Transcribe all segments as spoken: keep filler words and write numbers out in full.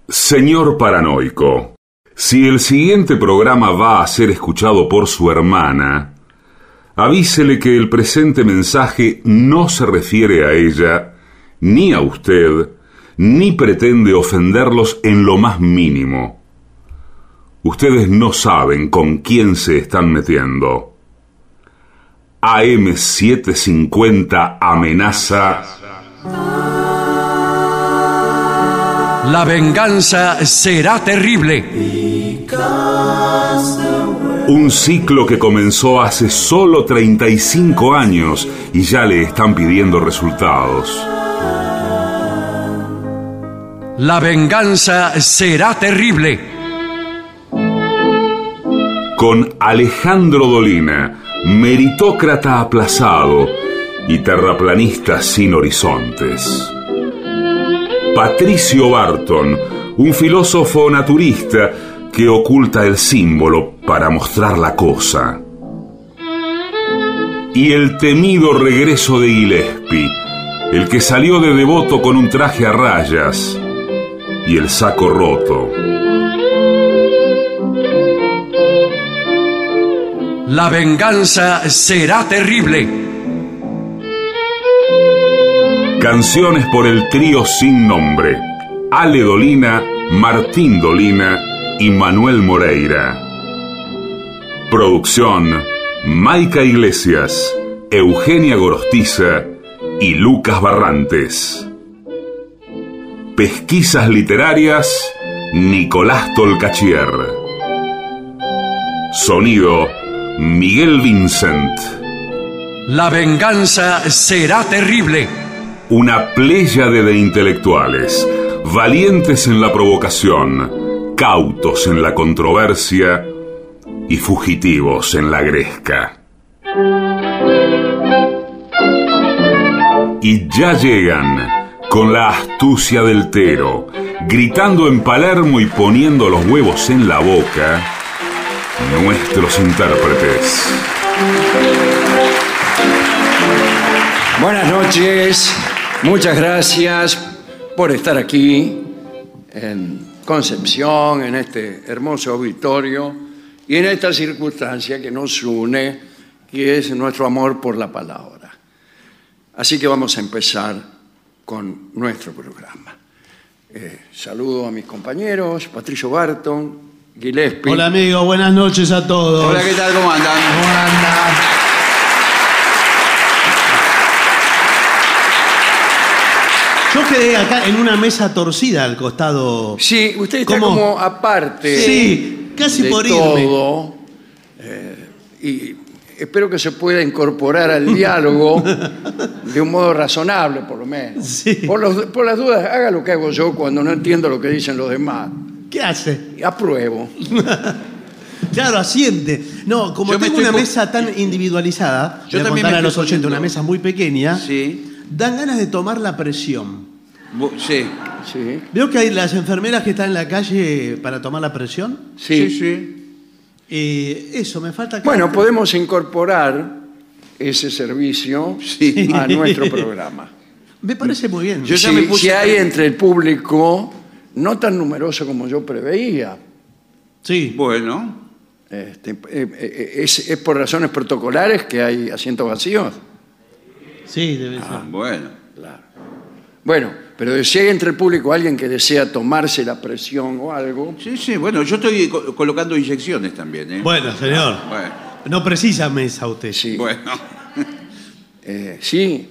Señor paranoico, si el siguiente programa va a ser escuchado por su hermana, avísele que el presente mensaje no se refiere a ella, ni a usted, ni pretende ofenderlos en lo más mínimo. Ustedes no saben con quién se están metiendo. A M setecientos cincuenta amenaza. La venganza será terrible. Un ciclo que comenzó hace solo treinta y cinco años y ya le están pidiendo resultados. La venganza será terrible. Con Alejandro Dolina, meritócrata aplazado y terraplanista sin horizontes. Patricio Barton, un filósofo naturista que oculta el símbolo para mostrar la cosa. Y el temido regreso de Gillespie, el que salió de devoto con un traje a rayas y el saco roto. La venganza será terrible. Canciones por el trío sin nombre: Ale Dolina, Martín Dolina y Manuel Moreira. Producción: Maica Iglesias, Eugenia Gorostiza y Lucas Barrantes. Pesquisas literarias: Nicolás Tolcachier. Sonido: Miguel Vincent. La venganza será terrible. Una pléyade de intelectuales, valientes en la provocación, cautos en la controversia y fugitivos en la gresca. Y ya llegan, con la astucia del Tero, gritando en Palermo y poniendo los huevos en la boca, nuestros intérpretes. Buenas noches, muchas gracias por estar aquí en Concepción, en este hermoso auditorio y en esta circunstancia que nos une, que es nuestro amor por la palabra. Así que vamos a empezar con nuestro programa. Eh, saludo a mis compañeros, Patricio Barton, Gillespie. Hola amigo, buenas noches a todos. Hola, ¿qué tal? ¿Cómo andan? ¿Cómo andan? Yo quedé acá en una mesa torcida al costado. Sí, usted está ¿Cómo? como aparte. Sí, casi de por irme. todo, eh, y espero que se pueda incorporar al diálogo de un modo razonable, por lo menos. Sí. Por, los- por las dudas, haga lo que hago yo cuando no entiendo lo que dicen los demás. ¿Qué hace? Y apruebo. Claro, asiente. No, como Yo me tengo estoy una co- mesa tan individualizada, Yo voy a también contar me a los estoy oyentes, poniendo- una mesa muy pequeña, Sí. dan ganas de tomar la presión. Bu- Sí. Sí, Veo que hay las enfermeras que están en la calle para tomar la presión. sí. Sí, sí. Eh, eso, me falta... que- Bueno, podemos incorporar ese servicio Sí. a nuestro programa. Me parece muy bien. Yo ya Si- me puse- si hay entre el público no tan numeroso como yo preveía. Sí. Bueno. Este, eh, eh, es, es por razones protocolares que hay asientos vacíos. Sí, debe ser. Ah, bueno. Claro. Bueno, pero si hay entre el público alguien que desea tomarse la presión o algo, Sí, sí, bueno, yo estoy co- colocando inyecciones también, ¿eh? Bueno, señor. Bueno. No precisa mesa usted. sí, Bueno. eh, sí,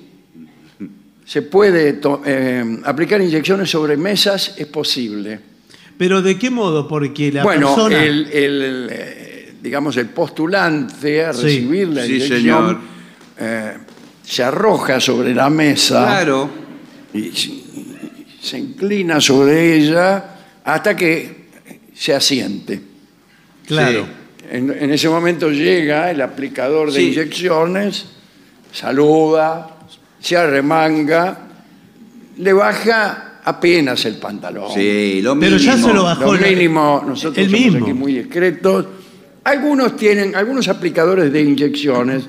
se puede to- eh, aplicar inyecciones sobre mesas, es posible. Pero ¿de qué modo? Porque la bueno, persona... el, el, eh, digamos, el postulante a Sí. recibir la Sí, inyección señor. eh, se arroja sobre la mesa. Claro. y se- se inclina sobre ella hasta que se asiente. Claro. Sí. En, en ese momento llega el aplicador de Sí. inyecciones, saluda, se arremanga, le baja apenas el pantalón. Sí, lo Pero mínimo. ya se lo bajó. Lo la- mínimo, nosotros el somos mismo. aquí muy discretos. Algunos tienen, algunos aplicadores de inyecciones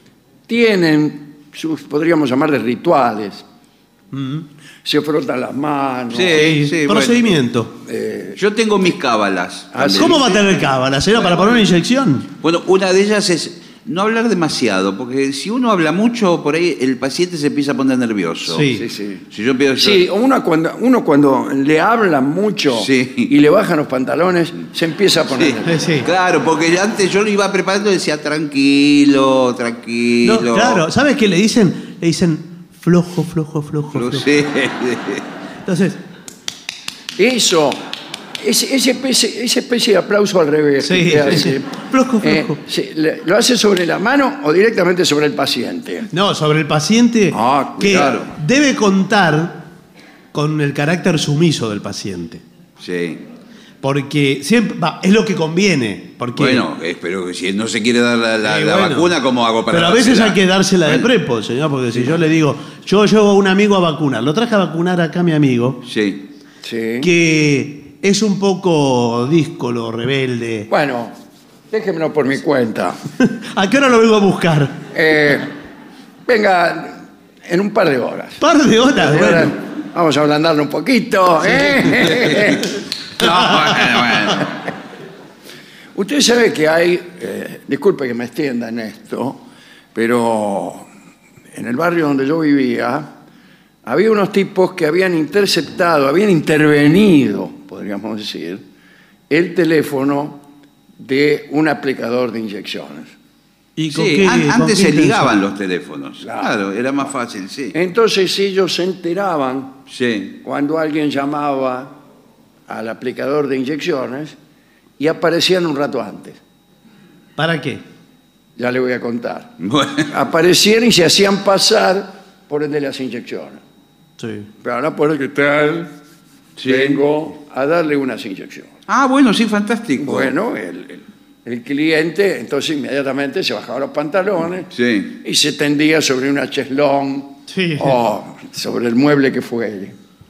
tienen sus, podríamos llamar de rituales. Mm. Se frotan las manos, Sí, sí, bueno. Procedimiento. eh, Yo tengo mis cábalas. Así. ¿Cómo va a tener cábalas? ¿Era para poner una inyección? Bueno, una de ellas es no hablar demasiado, porque si uno habla mucho, por ahí el paciente se empieza a poner nervioso. Sí. Sí, sí. Si yo empiezo... Sí, uno cuando, uno cuando le hablan mucho Sí. y le bajan los pantalones, se empieza a poner. Sí, Eh, sí. claro, porque antes yo lo iba preparando y decía tranquilo, tranquilo. No, claro, ¿sabes qué le dicen? Le dicen flojo, flojo, flojo, Lo flojo. sé. Entonces, Eso, ese, esa especie, esa especie de aplauso al revés. Sí, que hace, sí. Flojo, eh, flojo. sí, le- ¿lo hace sobre la mano o directamente sobre el paciente? no, sobre el paciente Ah, que claro. debe contar con el carácter sumiso del paciente. Sí. Porque siempre, va, es lo que conviene. Porque, Bueno, espero que si no se quiere dar la, la- Sí, la bueno. vacuna, ¿cómo hago para Pero a veces dársela? hay que dársela de Bueno, prepo, señor, porque si yo le digo, yo llevo a un amigo a vacunar, lo traje a vacunar acá a mi amigo, Sí. Sí. que es un poco díscolo, rebelde. Bueno, déjenmelo por mi cuenta. ¿A qué hora lo vengo a buscar? Eh, venga, en un par de horas. Par de horas, Ahora bueno. vamos a ablandarlo un poquito. ¿eh? No, bueno, bueno. Usted sabe que hay, eh, disculpe que me extienda en esto, pero en el barrio donde yo vivía, había unos tipos que habían interceptado, habían intervenido, podríamos decir, el teléfono de un aplicador de inyecciones. ¿Y con Sí, qué- an- con antes qué se intención? ligaban los teléfonos. Claro. Claro, era más fácil, sí. Entonces ellos se enteraban Sí. cuando alguien llamaba al aplicador de inyecciones y aparecían un rato antes. ¿Para qué? Ya le voy a contar. Bueno, Aparecían y se hacían pasar por el de las inyecciones. Sí. Pero ahora por el que tal, Sí. vengo a darle unas inyecciones. ah, bueno, sí, fantástico. Bueno, el, el- el cliente entonces inmediatamente se bajaba los pantalones Sí. y se tendía sobre una cheslón Sí. o sobre el mueble que fuere.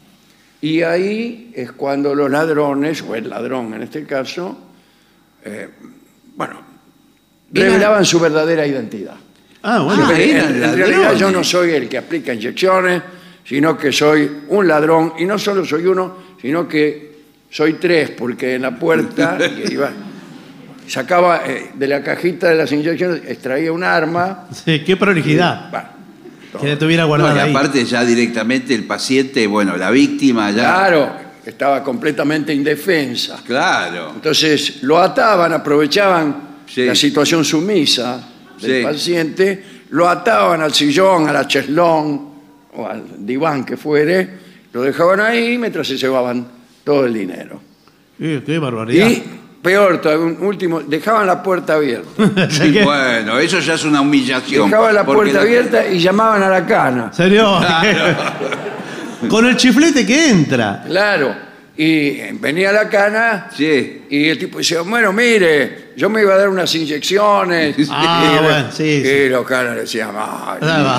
Y ahí es cuando los ladrones, o el ladrón en este caso, eh, bueno, Era- revelaban su verdadera identidad. Ah, bueno. Ah, Pero en, eran en realidad ladrones. yo no soy el que aplica inyecciones, sino que soy un ladrón, y no solo soy uno, sino que soy tres, porque en la puerta iba, sacaba eh, de la cajita de las inyecciones, extraía un arma. Sí, qué prolijidad. Bueno, Que la tuviera No, guardada y ahí. aparte ya directamente el paciente, bueno, la víctima ya... claro, estaba completamente indefensa. Claro. Entonces lo ataban, aprovechaban Sí. la situación sumisa del Sí. paciente, lo ataban al sillón, a la cheslón o al diván que fuere, lo dejaban ahí mientras se llevaban todo el dinero. Eh, qué barbaridad. Y peor, todavía, un último, dejaban la puerta abierta. Sí, bueno, eso ya es una humillación. Dejaban la porque puerta abierta y llamaban a la cana. ¿Serio? Con el chiflete que entra. Claro. Y venía la cana Sí. y el tipo decía, bueno, mire, yo me iba a dar unas inyecciones. Ah, y, bueno, sí, y sí. los canas decían, "Ay". Ah, va.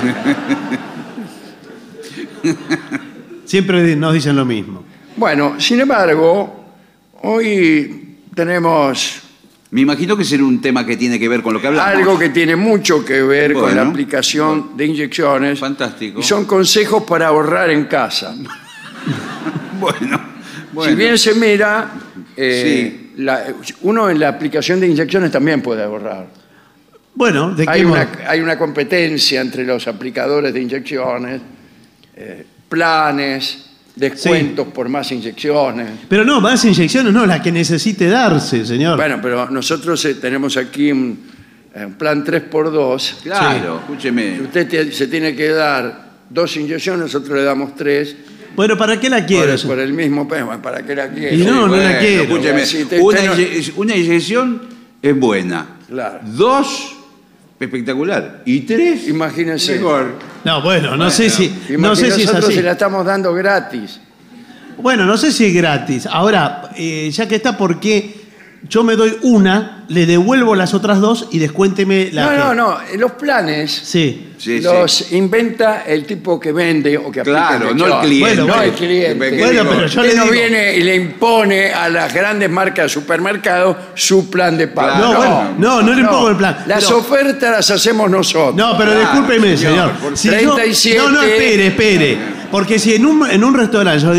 Siempre nos dicen lo mismo. Bueno, sin embargo, hoy tenemos Me imagino que será un tema que tiene que ver con lo que hablamos. algo que tiene mucho que ver con Bueno. la aplicación de inyecciones. Fantástico. Y son consejos para ahorrar en casa. Bueno, bueno. Si bien se mira, eh, Sí. la- uno en la aplicación de inyecciones también puede ahorrar. Bueno, ¿de qué Hay modo? una, hay una competencia entre los aplicadores de inyecciones, eh, planes, descuentos por más inyecciones. Pero no, más inyecciones, no, la que necesite darse, señor. Bueno, pero nosotros eh, tenemos aquí un, eh, un plan tres por dos. Claro, Si escúcheme. usted te- se tiene que dar dos inyecciones, nosotros le damos tres. Bueno, ¿para qué la quiero? Por, por el mismo peso, ¿para qué la quiere? Y no, no la Bueno, quiero. Escúcheme, Si te- una, usted no- inye- una inyección es buena. Claro. Dos, espectacular. Y tres, Imagínense. mejor. No, bueno, no sé si, no Imagínate, sé si es nosotros así. se la estamos dando gratis. Bueno, no sé si es gratis. Ahora, eh, ya que está, ¿por qué yo me doy una, le devuelvo las otras dos y descuénteme la No, que- no, no. Los planes Sí. Sí, los sí. inventa el tipo que vende o que aplica Claro, no inyecciones. el cliente. No Bueno, el bueno. cliente. Bueno, pero yo Usted le no digo- viene y le impone a las grandes marcas de supermercados su plan de pago. Claro. No, bueno, no, no le impongo el plan. Las Pero- ofertas las hacemos nosotros. No, pero Claro, discúlpeme, señor, señor. por Si yo- treinta y siete. no, no, espere, espere. Porque si en un, en un restaurante yo digo,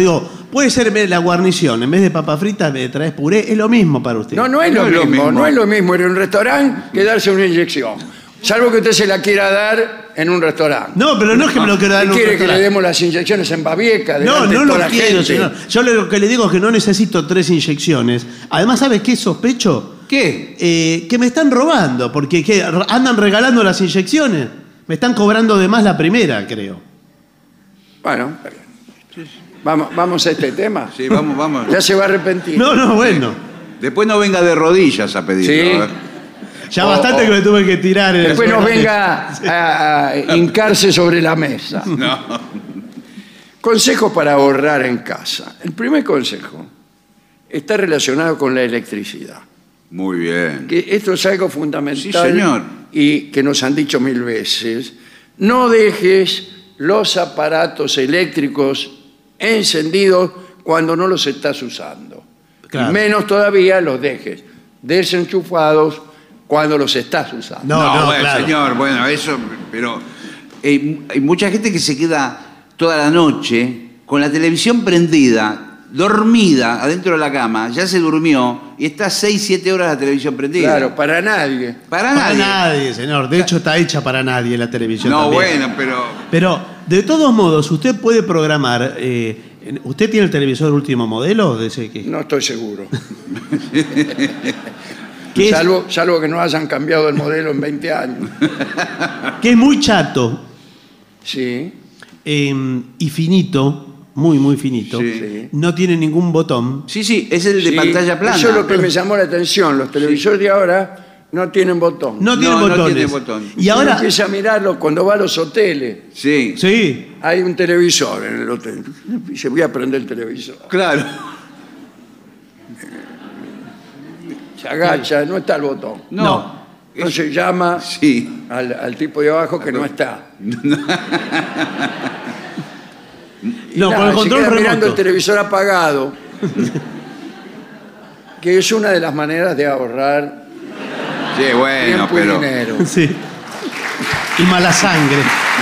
puede ser la guarnición. En vez de papa frita me traes puré. Es lo mismo para usted. No, no es, lo, No es lo mismo, mismo. no es lo mismo ir a un restaurante que darse una inyección. Salvo que usted se la quiera dar en un restaurante. No, pero no es que me lo quiero dar en un ¿Quiere que le restaurante. demos las inyecciones en Babieca? No, delante no de toda lo la quiero, gente? señor. Yo lo que le digo es que no necesito tres inyecciones. Además, ¿sabes qué sospecho? ¿Qué? Eh, que me están robando, porque ¿qué? Andan regalando las inyecciones. Me están cobrando de más la primera, creo. Bueno, está bien. Vamos, vamos a este tema. Sí, vamos, vamos. Ya se va a arrepentir. No, no, bueno. Después no venga de rodillas a pedirlo. Sí. ¿eh? Ya O- bastante o- que me tuve que tirar. en el Después nos sobre- venga a, a hincarse sobre la mesa. No. Consejos para ahorrar en casa. El primer consejo está relacionado con la electricidad. Muy bien. Que esto es algo fundamental. Sí, señor. Y que nos han dicho mil veces. No dejes los aparatos eléctricos encendidos cuando no los estás usando. Claro. Y menos todavía los dejes desenchufados cuando los estás usando. No, no, bueno, claro. señor, bueno, eso, pero eh, hay mucha gente que se queda toda la noche con la televisión prendida, dormida adentro de la cama, ya se durmió y está seis, siete horas la televisión prendida. Claro, para nadie. Para Para nadie. nadie, señor. De hecho, está hecha para nadie la televisión. No, también. bueno, pero Pero, de todos modos, usted puede programar. eh, ¿Usted tiene el televisor último modelo? De ese que, No estoy seguro. que, es, Salvo, salvo que no hayan cambiado el modelo en veinte años. que es muy chato Sí. eh, y finito, muy, muy finito. Sí. No tiene ningún botón. sí, sí, es el de Sí, pantalla plana. Eso es lo que me llamó la atención. Los televisores de ahora no tienen botón. No tiene No, no botones. tiene botón. Y Uno ahora. empieza a mirarlo cuando va a los hoteles. Sí, Sí. Hay un televisor en el hotel. Dice, voy a prender el televisor. claro. Se agacha, no está el botón. No. No. Entonces llama Sí. al, al tipo de abajo que no está. Y No, nada, con el se control queda mirando el remoto. televisor apagado. Que es una de las maneras de ahorrar Sí, bueno, tiempo y pero dinero. Sí. Y mala sangre.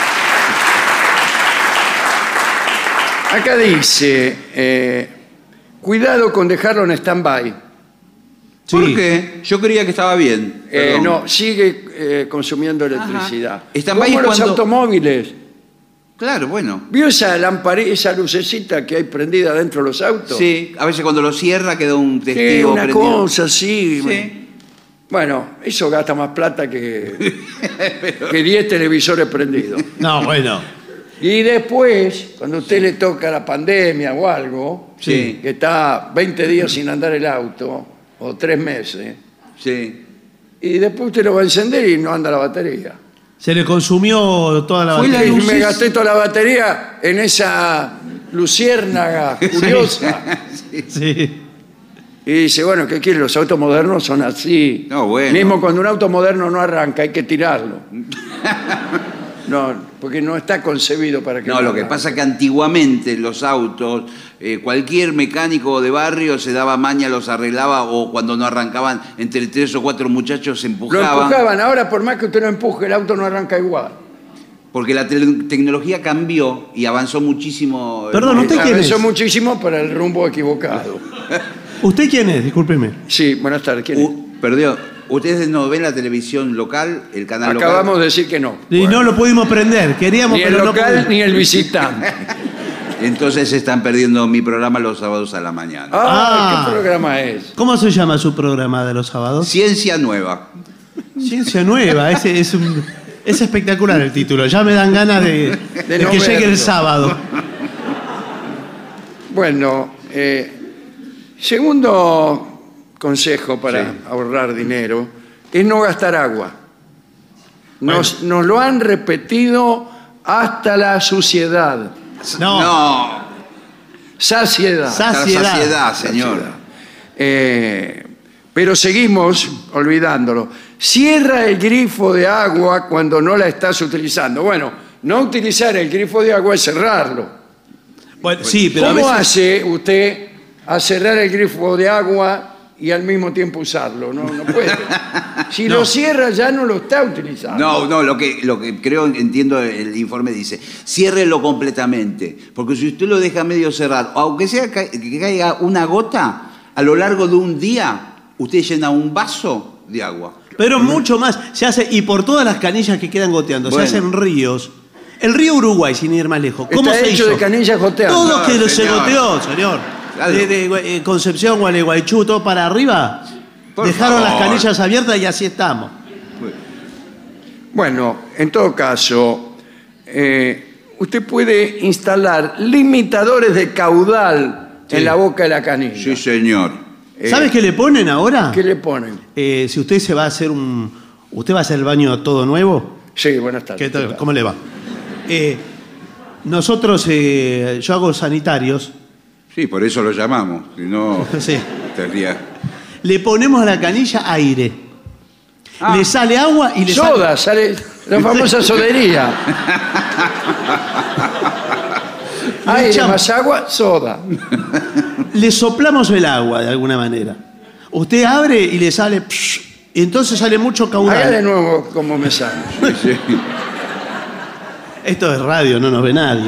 Acá dice, eh, cuidado con dejarlo en stand-by. Sí. ¿por qué? Yo creía que estaba bien. Eh, Perdón. no, sigue eh, consumiendo electricidad. Stand-by Como es los cuando- automóviles. Claro, bueno. ¿Vio esa lamparita, esa lucecita que hay prendida dentro de los autos? Sí, a veces cuando lo cierra queda un Sí, testigo una prendido. cosa así. Sí. Bueno, eso gasta más plata que que diez televisores prendidos. No, bueno. Y después, cuando a usted le toca la pandemia o algo, Sí. que está veinte días sin andar el auto, o tres meses, Sí. y después usted lo va a encender y no anda la batería. Se le consumió toda la Fue la batería. Y me luces- gasté toda la batería en esa luciérnaga curiosa. Sí. Y dice, bueno, ¿qué quiere? Los autos modernos son así. No, bueno. Mismo cuando un auto moderno no arranca, hay que tirarlo. No, porque no está concebido para que No, lo que arranque. pasa es que antiguamente los autos, eh, cualquier mecánico de barrio se daba maña, los arreglaba o cuando no arrancaban, entre tres o cuatro muchachos se Lo empujaban. empujaban. Ahora, por más que usted lo empuje, el auto no arranca igual. Porque la te- tecnología cambió y avanzó muchísimo. Perdón, ¿usted quién Avanzó es? muchísimo para el rumbo equivocado. ¿Usted quién es? Discúlpeme. Sí, buenas tardes. ¿Quién es? Uh, perdió. ¿Ustedes no ven la televisión local, el canal Acabamos local? de decir que no. Y no lo pudimos prender. Queríamos, Ni el pero no local pudimos. ni el visitante. Entonces se están perdiendo mi programa los sábados a la mañana. Ah, Ah. ¿qué programa es? ¿Cómo se llama su programa de los sábados? Ciencia Nueva. Ciencia Nueva. Ese es, un- es espectacular el título. Ya me dan ganas de, de no que llegue verlo. el sábado. Bueno, eh, segundo consejo para Sí. ahorrar dinero es no gastar agua. Nos, nos lo han repetido hasta la suciedad. No. No. Saciedad. Sa- Hasta la Saciedad. saciedad, señor. Saciedad. Eh, pero seguimos olvidándolo. Cierra el grifo de agua cuando no la estás utilizando. Bueno, no utilizar el grifo de agua es cerrarlo. Bueno, sí, pero a ¿Cómo veces... hace usted a cerrar el grifo de agua y al mismo tiempo usarlo? No, no puede. Si No. lo cierra ya no lo está utilizando. No, no, lo que, lo que creo, entiendo, el informe dice, ciérrelo completamente, porque si usted lo deja medio cerrado, aunque sea ca- que caiga una gota, a lo largo de un día, usted llena un vaso de agua. Pero mucho más. Se hace, y por todas las canillas que quedan goteando, Bueno. se hacen ríos. El río Uruguay, sin ir más lejos. ¿Cómo Está se hecho hizo? de canillas goteando. Todo No, que se señor. goteó, señor. Claro. De, de, eh, Concepción, Gualeguaychú, todo para arriba. Por Dejaron favor. las canillas abiertas y así estamos. Bueno, en todo caso, eh, usted puede instalar limitadores de caudal Sí. en la boca de la canilla. Sí, señor. Eh, ¿Sabes qué le ponen ahora? ¿Qué le ponen? Eh, si usted se va a hacer un... ¿Usted va a hacer el baño todo nuevo? Sí, buenas tardes. ¿Qué tal? ¿Qué tal? ¿Cómo le va? Eh, nosotros, eh, yo hago sanitarios. Sí, por eso lo llamamos, si no, Sí. estaría... Le ponemos a la canilla aire. Ah. Le sale agua y le Soda, sale la famosa sodería. Aire echamos. más agua, soda. sale... Le soplamos el agua de alguna manera. Usted abre y le sale... psh, y entonces sale mucho Hágale de caudal. nuevo como me sale. Sí. Esto es radio, no nos ve nadie.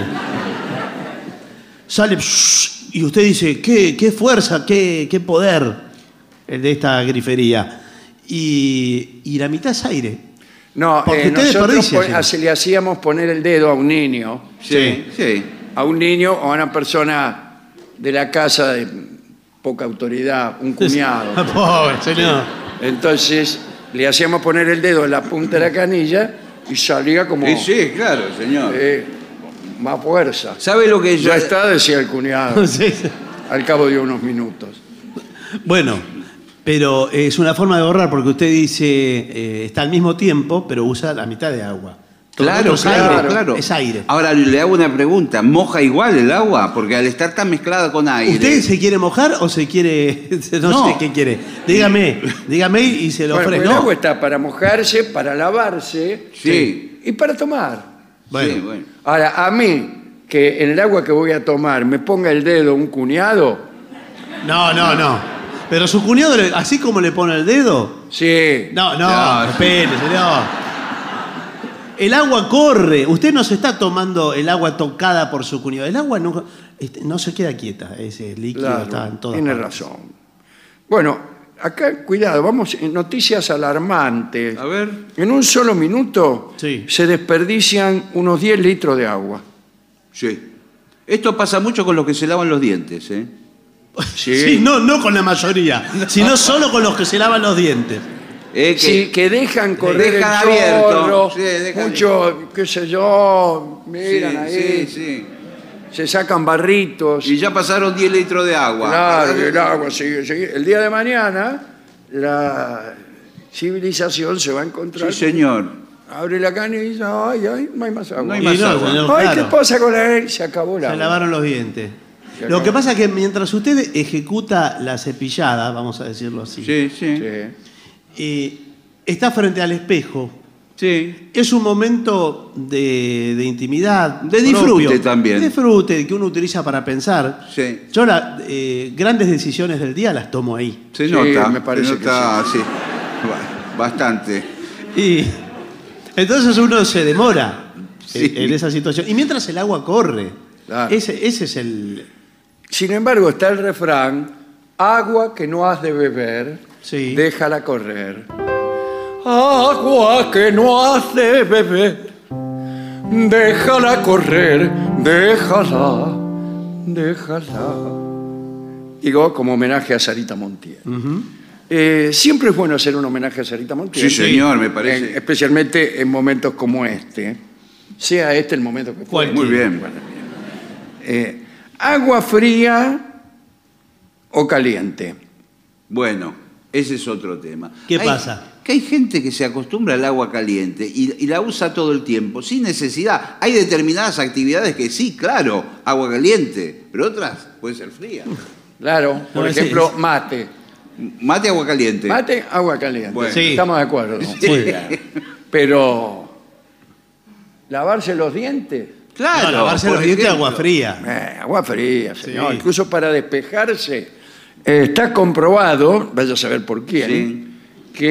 Sale... psh, y usted dice, qué, qué fuerza, qué, qué poder el de esta grifería. Y, y la mitad es aire. No, Porque eh, usted nosotros desperdicia, pon- señor. así le hacíamos poner el dedo a un niño, Sí, sí. a un niño o a una persona de la casa de poca autoridad, un cuñado. Pobre señor. Entonces le hacíamos poner el dedo en la punta de la canilla y salía como Sí, sí, claro, señor. eh, más fuerza. ¿Sabe lo que yo... Ya está, decía el cuñado, Sí, sí. al cabo de unos minutos. Bueno, pero es una forma de ahorrar porque usted dice, eh, está al mismo tiempo, pero usa la mitad de agua. Todo lo Claro, otro es claro, aire, claro. Es aire. Ahora le hago una pregunta. ¿Moja igual el agua? Porque al estar tan mezclada con aire... ¿Usted se quiere mojar o se quiere.? No, No. sé qué quiere. Dígame, dígame y se lo Bueno, pues ofrezco. el agua No. está para mojarse, para lavarse Sí. y para tomar. Bueno, Sí, bueno. Ahora, a mí, que en el agua que voy a tomar me ponga el dedo un cuñado, no, no, no. Pero su cuñado, le- así como le pone el dedo. sí. No, no, No, espere, señor. El agua corre. Usted no se está tomando el agua tocada por su cuñado. El agua no, este, no se queda quieta. Ese líquido Claro, está en todas tiene partes. razón. Bueno, acá, cuidado, vamos en noticias alarmantes. A ver. En un solo minuto Sí. se desperdician unos diez litros de agua. Sí. Esto pasa mucho con los que se lavan los dientes, ¿eh? Sí. Sí, no, no con la mayoría, sino solo con los que se lavan los dientes. Eh, que- Sí, que dejan correr Dejan el abierto. chorro, Sí, dejan- mucho, qué sé yo, miran sí, ahí, sí, sí. se sacan barritos. Y ya pasaron diez litros de agua. Claro, y el agua sigue, sigue. El día de mañana la civilización se va a encontrar. Sí, señor. Abre la canilla, ay, ay, no hay más agua. No hay Y más no, agua. señor, Ay, claro. ¿qué pasa con la Se acabó la Se agua. lavaron los dientes. Se Lo acabó. que pasa es que mientras usted ejecuta la cepillada, vamos a decirlo así, Sí, sí. Sí. eh, está frente al espejo. Sí. Es un momento de, de intimidad. De disfrute propio. también. De disfrute que uno utiliza para pensar. Sí. Yo las grandes decisiones del día las tomo ahí. Se Sí, nota. me parece se nota, sí. Ba- Bastante. Y entonces uno se demora Sí. en, en esa situación. Y mientras el agua corre. Claro. Ese, ese es el... Sin embargo, está el refrán, agua que no has de beber, Sí. déjala correr. Agua que no has de beber, déjala correr, déjala, déjala. Digo, como homenaje a Sarita Montiel. Eh, siempre es bueno hacer un homenaje a Sarita Montiel. Sí, señor, me parece. En- especialmente en momentos como este. Sea este el momento que fue. Muy bien. Eh, agua fría o caliente. Bueno, ese es otro tema. ¿Qué Hay- pasa? Que hay gente que se acostumbra al agua caliente y, y la usa todo el tiempo, sin necesidad. Hay determinadas actividades que sí, claro, agua caliente, pero otras puede ser fría. Claro, por No, ese ejemplo, es- mate. Mate, agua caliente. Mate, agua caliente. Bueno. Sí. Estamos de acuerdo. Sí. Muy bien. Pero, ¿lavarse los dientes? Claro. No, lavarse por los dientes ejemplo. agua fría. Eh, agua fría, señor. Sí. Incluso para despejarse. Eh, está comprobado, vaya a saber por quién, Sí. que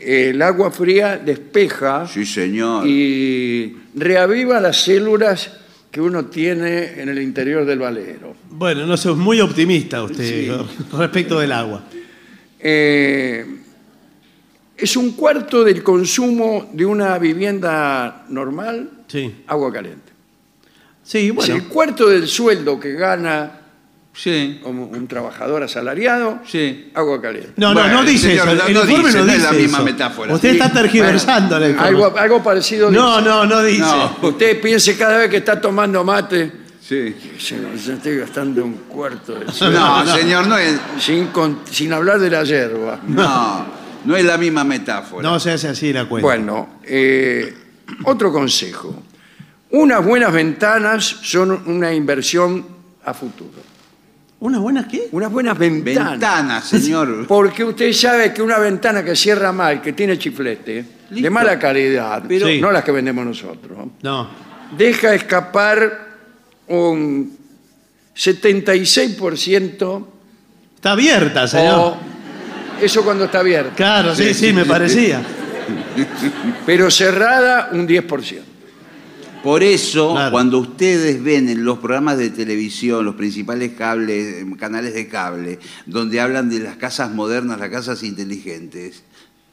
el agua fría despeja Sí, señor. y reaviva las células que uno tiene en el interior del valero. Bueno, no sé, es muy optimista usted Sí. respecto del agua. Eh, es un cuarto del consumo de una vivienda normal, Sí. agua caliente. Sí, Es bueno. el cuarto del sueldo que gana Sí, como un trabajador asalariado, sí. agua caliente. No, Bueno, no, no dice señor, eso. no- El no informe dice, no no es dice la misma eso. metáfora. Usted Sí. está tergiversando la Algo, información. algo parecido No, dice. no, no dice. No. Usted piense cada vez que está tomando mate, Sí. "Sí, yo estoy gastando un cuarto del sueldo", No, señor, no es, sin, con- sin hablar de la yerba. no, no es la misma metáfora. No se hace así la cuenta. Bueno, eh, otro consejo. Unas buenas ventanas son una inversión a futuro. ¿Una buena qué? Unas buenas ventanas. Ventana, señor. Porque usted sabe que una ventana que cierra mal, que tiene chiflete, de Listo. mala calidad, Pero- Sí. no las que vendemos nosotros, No. deja escapar un setenta y seis por ciento Está abierta, señor. o eso cuando está abierta, Claro, sí, sí, me parecía. pero cerrada un diez por ciento. Por eso, Claro. cuando ustedes ven en los programas de televisión, los principales cables, eh, canales de cable, donde hablan de las casas modernas, las casas inteligentes,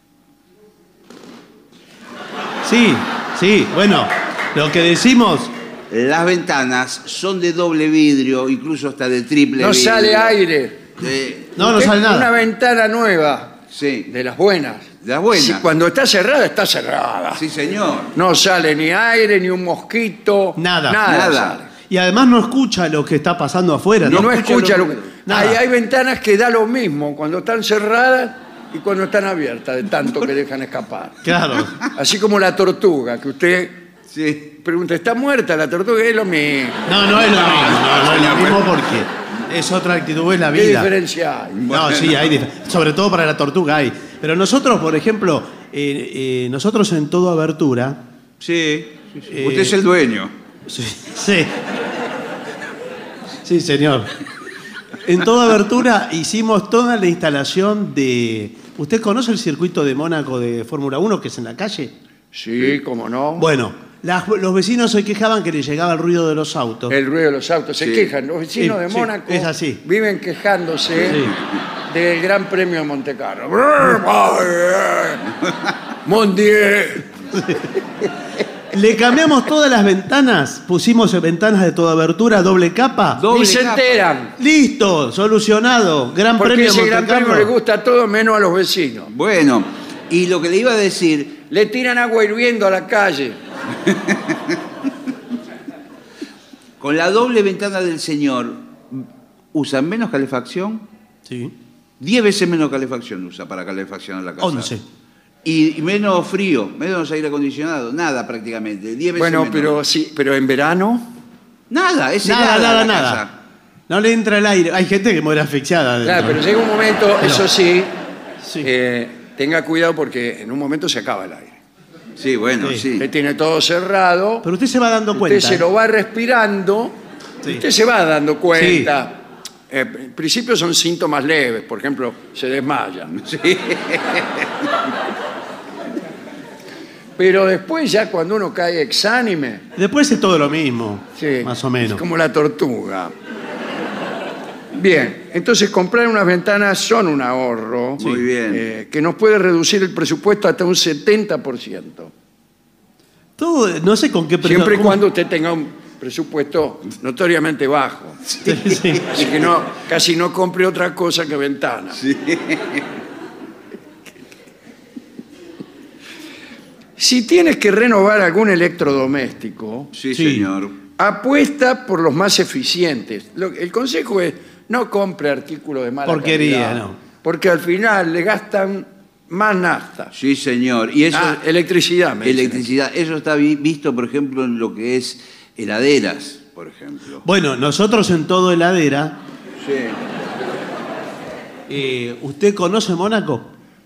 Sí, sí, bueno, lo que decimos, las ventanas son de doble vidrio, incluso hasta de triple No vidrio. sale aire. Eh, no, no Usted- sale Una nada. ventana nueva, sí, de las buenas. de las buenas. Si cuando está cerrada, está cerrada. Sí, señor. No sale ni aire, ni un mosquito. Nada. Nada. Nada. sale. Y además no escucha lo que está pasando afuera. No, ¿no? no escucha lo que... Nada. Hay, hay ventanas que da lo mismo cuando están cerradas y cuando están abiertas, de tanto que dejan escapar. Claro. Así como la tortuga, que usted Sí. pregunta, ¿está muerta la tortuga? Es lo mismo. No, no es lo mismo. No, no es lo mismo porque es otra actitud, es la ¿Qué vida. diferencia hay? No, sí, hay dif- sobre todo para la tortuga hay. Pero nosotros, por ejemplo, eh, eh, nosotros en Todo Abertura, Sí, sí, sí. Eh, Usted es el dueño. sí, sí, sí, señor. En Toda Abertura hicimos toda la instalación de... ¿Usted conoce el circuito de Mónaco de Fórmula uno que es en la calle? Sí, cómo no. Bueno, las- los vecinos se quejaban que les llegaba el ruido de los autos. El ruido de los autos. Se Sí. quejan. Los vecinos Sí, de sí, Mónaco es así. viven quejándose Sí. del Gran Premio de Monte Carlo. Mondier. Le cambiamos todas las ventanas, pusimos ventanas de Toda Abertura, doble capa. Doble Ni se capa. enteran. Listo, solucionado. Gran Porque Premio ese de Gran Monte Premio Carlo. le gusta a todos menos a los vecinos. Bueno, y lo que le iba a decir, Le tiran agua hirviendo a la calle. con la doble ventana del señor, ¿usan menos calefacción? Sí. Diez veces menos calefacción usa para calefaccionar la casa. Once. Y, y menos frío, menos aire acondicionado, nada prácticamente. Diez veces Bueno, menos. pero sí, pero en verano. Nada, es Nada, helada nada, la nada. casa. No le entra el aire. Hay gente que muere asfixiada. adentro. Claro, pero llega un momento, eso sí, Sí. eh, tenga cuidado porque en un momento se acaba el aire. Sí, bueno, Sí. sí. Usted tiene todo cerrado, Pero usted se va dando usted cuenta. se ¿eh? lo va respirando, Sí. usted se va dando cuenta. Eh, en principio son síntomas leves, por ejemplo, se desmaya. Sí. Pero después ya cuando uno cae exánime, Después es todo lo mismo. sí, Más o menos. es como la tortuga. Bien, entonces comprar unas ventanas son un ahorro. Muy bien. eh, que nos puede reducir el presupuesto hasta un setenta por ciento. Todo, no sé con qué pero- Siempre y ¿cómo? cuando usted tenga un presupuesto notoriamente bajo. Sí, sí. Así que no, casi no compre otra cosa que ventanas. Si tienes que renovar algún electrodoméstico, Sí, Sí. señor. apuesta por los más eficientes. Lo- el consejo es no compre artículos de mala Porquería, calidad, no. porque al final le gastan más nafta. Sí, señor. Y eso, Ah, electricidad, me dicen. electricidad, eso está vi- visto, por ejemplo, en lo que es heladeras, por ejemplo. Bueno, nosotros en Todo Heladera, Sí. eh, ¿usted conoce Mónaco?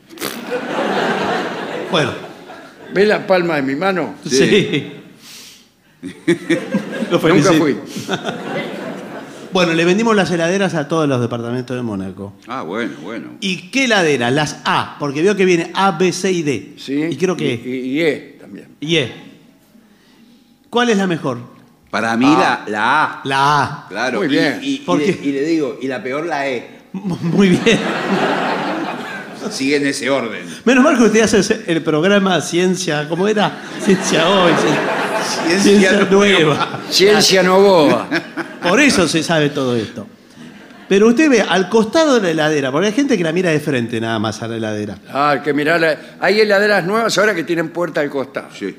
Bueno, ¿Ves la palma de mi mano? sí. Lo Nunca felicito. fui. Bueno, le vendimos las heladeras a todos los departamentos de Mónaco. Ah, bueno, bueno. ¿Y qué heladera? Las A, porque veo que viene A, B, C y D. Sí. Y creo que Y, y- y E también. Y E. ¿Cuál es la mejor? Para mí la, la A. La A. Claro. Muy y- bien. Y, y ¿Por le, qué? y le digo, y la peor la E. Muy bien. Sigue en ese orden. Menos mal que usted hace el programa Ciencia, ¿cómo era? Ciencia hoy, Ciencia, Ciencia nueva. Ciencia Novoa. Por eso se sabe todo esto. Pero usted ve al costado de la heladera, porque hay gente que la mira de frente nada más a la heladera. Ah, hay que mirarla. Hay heladeras nuevas ahora que tienen puerta al costado. Sí.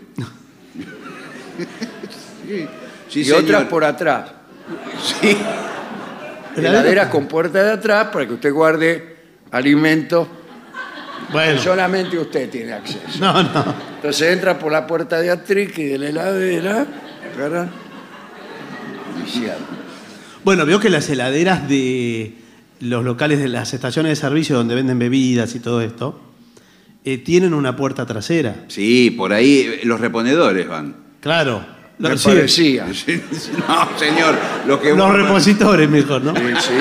sí, sí y señor. otras por atrás. Sí. Heladeras con puerta de atrás para que usted guarde alimentos Bueno, que solamente usted tiene acceso. no, no. Entonces entra por la puerta de atrás y de la heladera. ¿verdad? Y cierra. Bueno, veo que las heladeras de los locales de las estaciones de servicio donde venden bebidas y todo esto, eh, tienen una puerta trasera. Sí, por ahí eh, los reponedores van. Claro. Me Los, sí, parecía. No, señor. Los, que los repositores, mejor, ¿no? Sí, sí.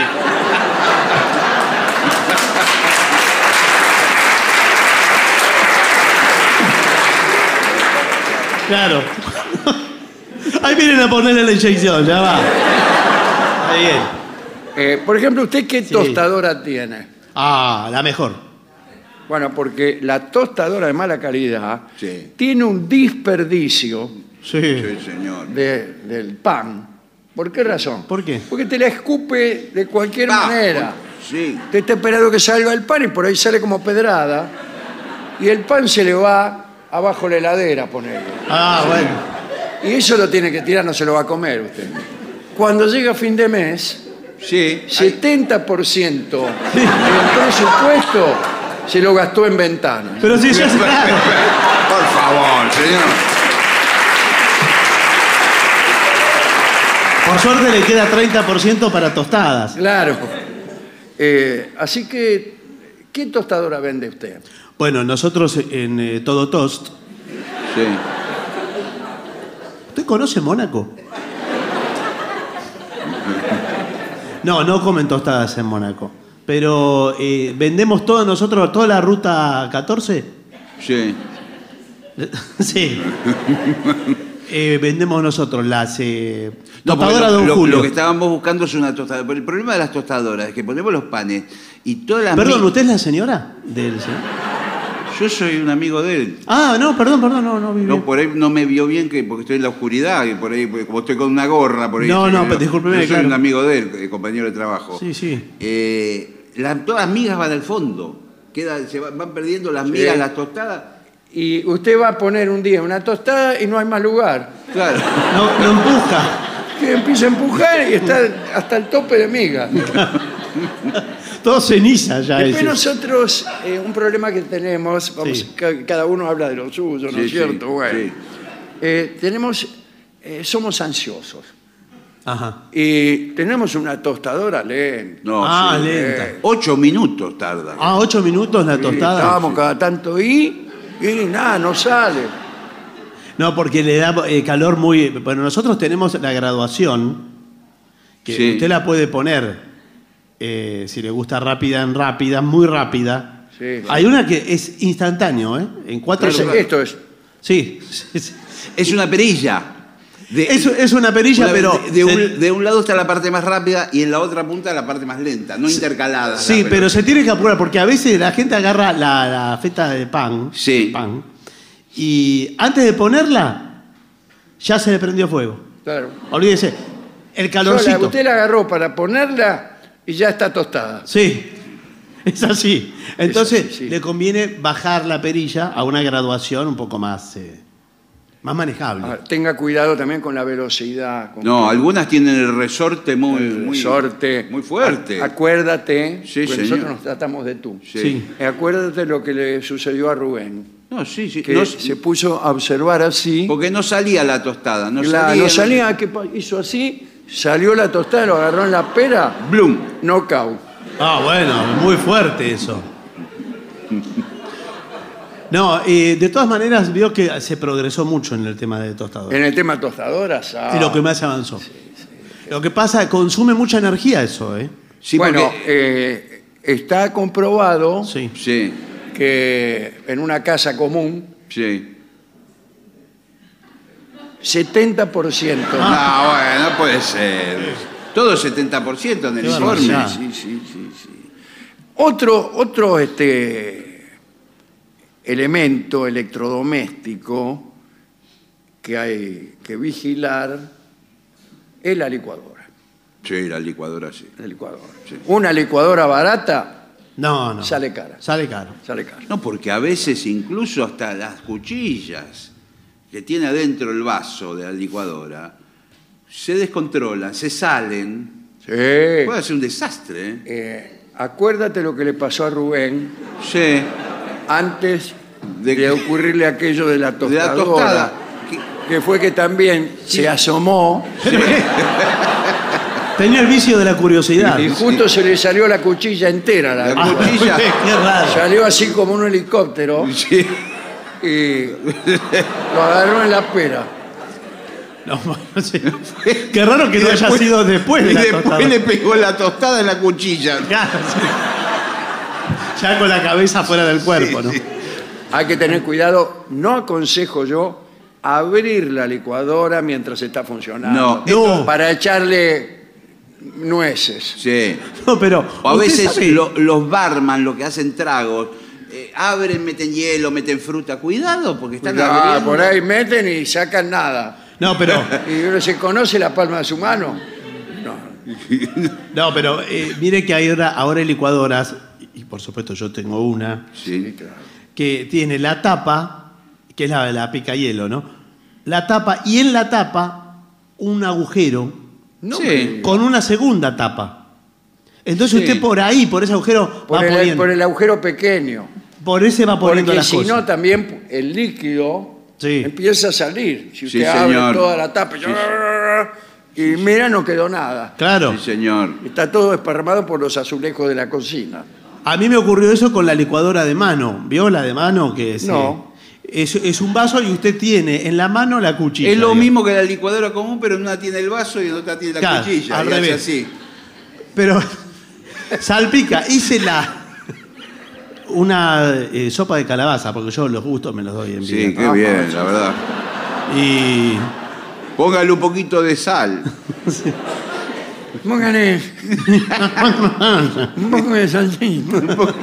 Claro. Ahí vienen a ponerle la inyección, ya va. Está bien. Eh, por ejemplo, ¿usted qué Sí. tostadora tiene? Ah, la mejor. Bueno, porque la tostadora de mala calidad Sí. tiene un desperdicio Sí. Sí, señor. de- del pan. ¿Por qué razón? ¿Por qué? Porque te la escupe de cualquier Ah, manera. Sí. Usted está esperando que salga el pan y por ahí sale como pedrada. Y el pan se le va abajo de la heladera, ponerlo. Ah, bueno. Y eso lo tiene que tirar, no se lo va a comer usted. Cuando llega fin de mes, Sí. setenta por ciento del presupuesto se lo gastó en ventanas. Pero si ya claro. Por favor, señor. Por suerte le queda treinta por ciento para tostadas. Claro. Eh, así que, ¿qué tostadora vende usted? Bueno, nosotros en eh, Todo Toast. Sí. ¿Usted conoce Mónaco? No, no comen tostadas en Mónaco. Pero eh, vendemos todo nosotros, toda la ruta catorce. Sí. Sí. Eh, vendemos nosotros las eh, No, porque tostadoras lo, Don lo- Julio. lo que estábamos buscando es una tostadora. Pero el problema de las tostadoras es que ponemos los panes y todas las... Perdón, mi- ¿usted es la señora del señor? Yo soy un amigo de él. Ah, no, perdón, perdón, no, no vi No, bien. por ahí no me vio bien que porque estoy en la oscuridad y por ahí, porque como estoy con una gorra, por ahí. No, se no, me- pero discúlpeme, Yo soy claro. un amigo de él, eh, compañero de trabajo. Sí, sí. Eh, la- todas las migas van al fondo. Queda, se va- van perdiendo las Sí. migas, las tostadas. Y usted va a poner un día una tostada y no hay más lugar. Claro. No, no empuja. Que empieza a empujar y está hasta el tope de miga. Todo ceniza ya. Después ese. nosotros, eh, un problema que tenemos, vamos, Sí. ca- cada uno habla de lo suyo, ¿no Sí, es sí, cierto? Bueno, sí. eh, tenemos, eh, somos ansiosos Ajá. y tenemos una tostadora lenta. No, Ah, sí. lenta. Ocho minutos tarda. Ah, ocho minutos la Y tostada. estábamos cada tanto y, y nada, no sale. No, porque le da eh, calor muy... Bueno, nosotros tenemos la graduación, que Sí. usted la puede poner, eh, si le gusta rápida en rápida, muy rápida. Sí. Hay una que es instantáneo, ¿eh? En cuatro Entonces, segundos. esto es, Sí, sí, sí. Es una perilla. De, Es, es una perilla, una- pero... de, de se- un, de un lado está la parte más rápida y en la otra punta la parte más lenta, no intercalada. Sí, la pero se tiene que apurar, porque a veces la gente agarra la, la feta de pan, Sí. pan, y antes de ponerla, ya se le prendió fuego. claro. Olvídese, el Yo calorcito. la- usted la agarró para ponerla y ya está tostada. Sí, es así. Entonces así, sí. le conviene bajar la perilla a una graduación un poco más, eh, más manejable. Ah, tenga cuidado también con la velocidad. Con No, que- algunas tienen el resorte muy, el muy, resorte. muy fuerte. Ac- Acuérdate, Sí, porque señor. nosotros nos tratamos de tú. Sí. Sí. Eh, Acuérdate lo que le sucedió a Rubén, No, sí, sí. que No- se puso a observar así. porque no salía la tostada. No la- salía. no salía, ¿qué pa- hizo así? Salió la tostada, lo agarró en la pera, Blum. knockout. Ah, bueno, muy fuerte eso. No, eh, de todas maneras veo que se progresó mucho en el tema de tostadoras. En el tema tostadoras, ah, Y lo que más avanzó. Lo que pasa, consume mucha energía eso, ¿eh? Sí, bueno, porque- eh, está comprobado Sí. Sí, que en una casa común, sí. setenta por ciento. No, bueno, no puede ser. Todo setenta por ciento en el Qué informe. barbaridad. Sí, sí, sí, sí. Otro, otro este, elemento electrodoméstico que hay que vigilar es la licuadora. Sí, la licuadora sí. La licuadora. Una licuadora barata No, no. sale cara. Sale caro. Sale cara. No, porque a veces incluso hasta las cuchillas que tiene adentro el vaso de la licuadora se descontrolan, se salen. Sí. Puede ser un desastre, ¿eh? Eh, acuérdate lo que le pasó a Rubén Sí. antes De de, que- ocurrirle aquello de la De tostadora. la tostada. Que- Que fue que también se asomó Tenía el vicio de la curiosidad. y justo se le salió la cuchilla entera. La, La cuchilla. Qué raro. Salió así como un helicóptero Sí. y lo agarró en la pera. No, bueno, sí. Qué raro que Y no haya después- sido después de y la después tostada. le pegó la tostada en la cuchilla. Claro, sí. Ya con la cabeza fuera del cuerpo, ¿no? Hay que tener cuidado. No aconsejo yo abrir la licuadora mientras está funcionando. No, No. Para echarle nueces. Sí. No, pero. O a usted veces sabe- lo- los barman, lo que hacen tragos, eh, abren, meten hielo, meten fruta. Cuidado, porque están Ah, abriendo. por ahí meten y sacan nada. No, pero. Y uno se conoce la palma de su mano. No. No, pero eh, mire que hay ahora, ahora hay licuadoras, y por supuesto yo tengo una, Sí. que tiene la tapa, que es la, la pica hielo, ¿no? La tapa, y en la tapa un agujero No Sí. me diga. con una segunda tapa. Entonces Sí. usted por ahí, por ese agujero, por, va el, poniendo. por el agujero pequeño. Por ese va poniendo Porque las si cosas. no, también el líquido Sí. empieza a salir. Si Sí, usted abre señor. toda la tapa y mira, no quedó nada. Claro. Sí, señor. Está todo desparramado por los azulejos de la cocina. A mí me ocurrió eso con la licuadora de mano. ¿Vio la de mano? Que se- No. Es, es un vaso y usted tiene en la mano la cuchilla. Es lo digamos. mismo que la licuadora común, pero en una tiene el vaso y en otra tiene la Claro, cuchilla. al y hace revés. así. Pero salpica. Hice la una eh, sopa de calabaza, porque yo los gustos me los doy en Sí, vida. qué bien, la verdad. Y Póngale un poquito de sal. Póngale un poco de salsita.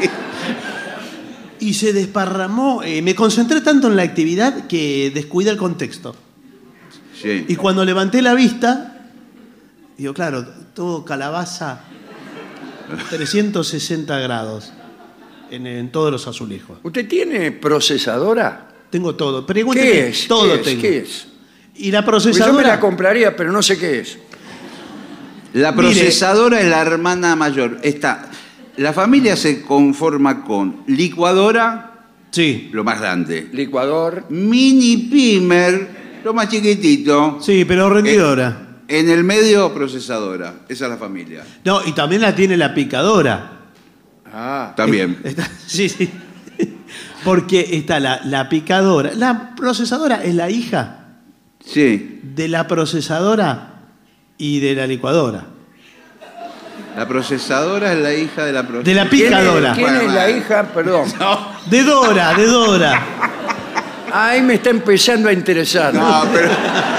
y se desparramó. eh, me concentré tanto en la actividad que descuidé el contexto. Sí. Y cuando levanté la vista, digo, claro, todo calabaza, trescientos sesenta grados en, en todos los azulejos. ¿Usted tiene procesadora? Tengo todo. Pregúnteme, ¿Qué es? todo ¿Qué es? tengo. ¿Qué es? Y la Pues yo me procesadora. la compraría, pero no sé qué es. La Mire. procesadora es la hermana mayor. Está. La familia se conforma con licuadora, Sí, lo más grande. Licuador. Mini pimer, lo más chiquitito. sí, pero rendidora. En el medio, procesadora. Esa es la familia. No, y también la tiene la picadora. Ah, También. Está- sí, sí. Porque está la, la picadora. La procesadora es la hija Sí. de la procesadora y de la licuadora. La procesadora es la hija de la De procesadora. la ¿quién es, picadora. quién Bueno, es la bueno. hija? Perdón. De Dora, de Dora. Ahí me está empezando a interesar. No, pero.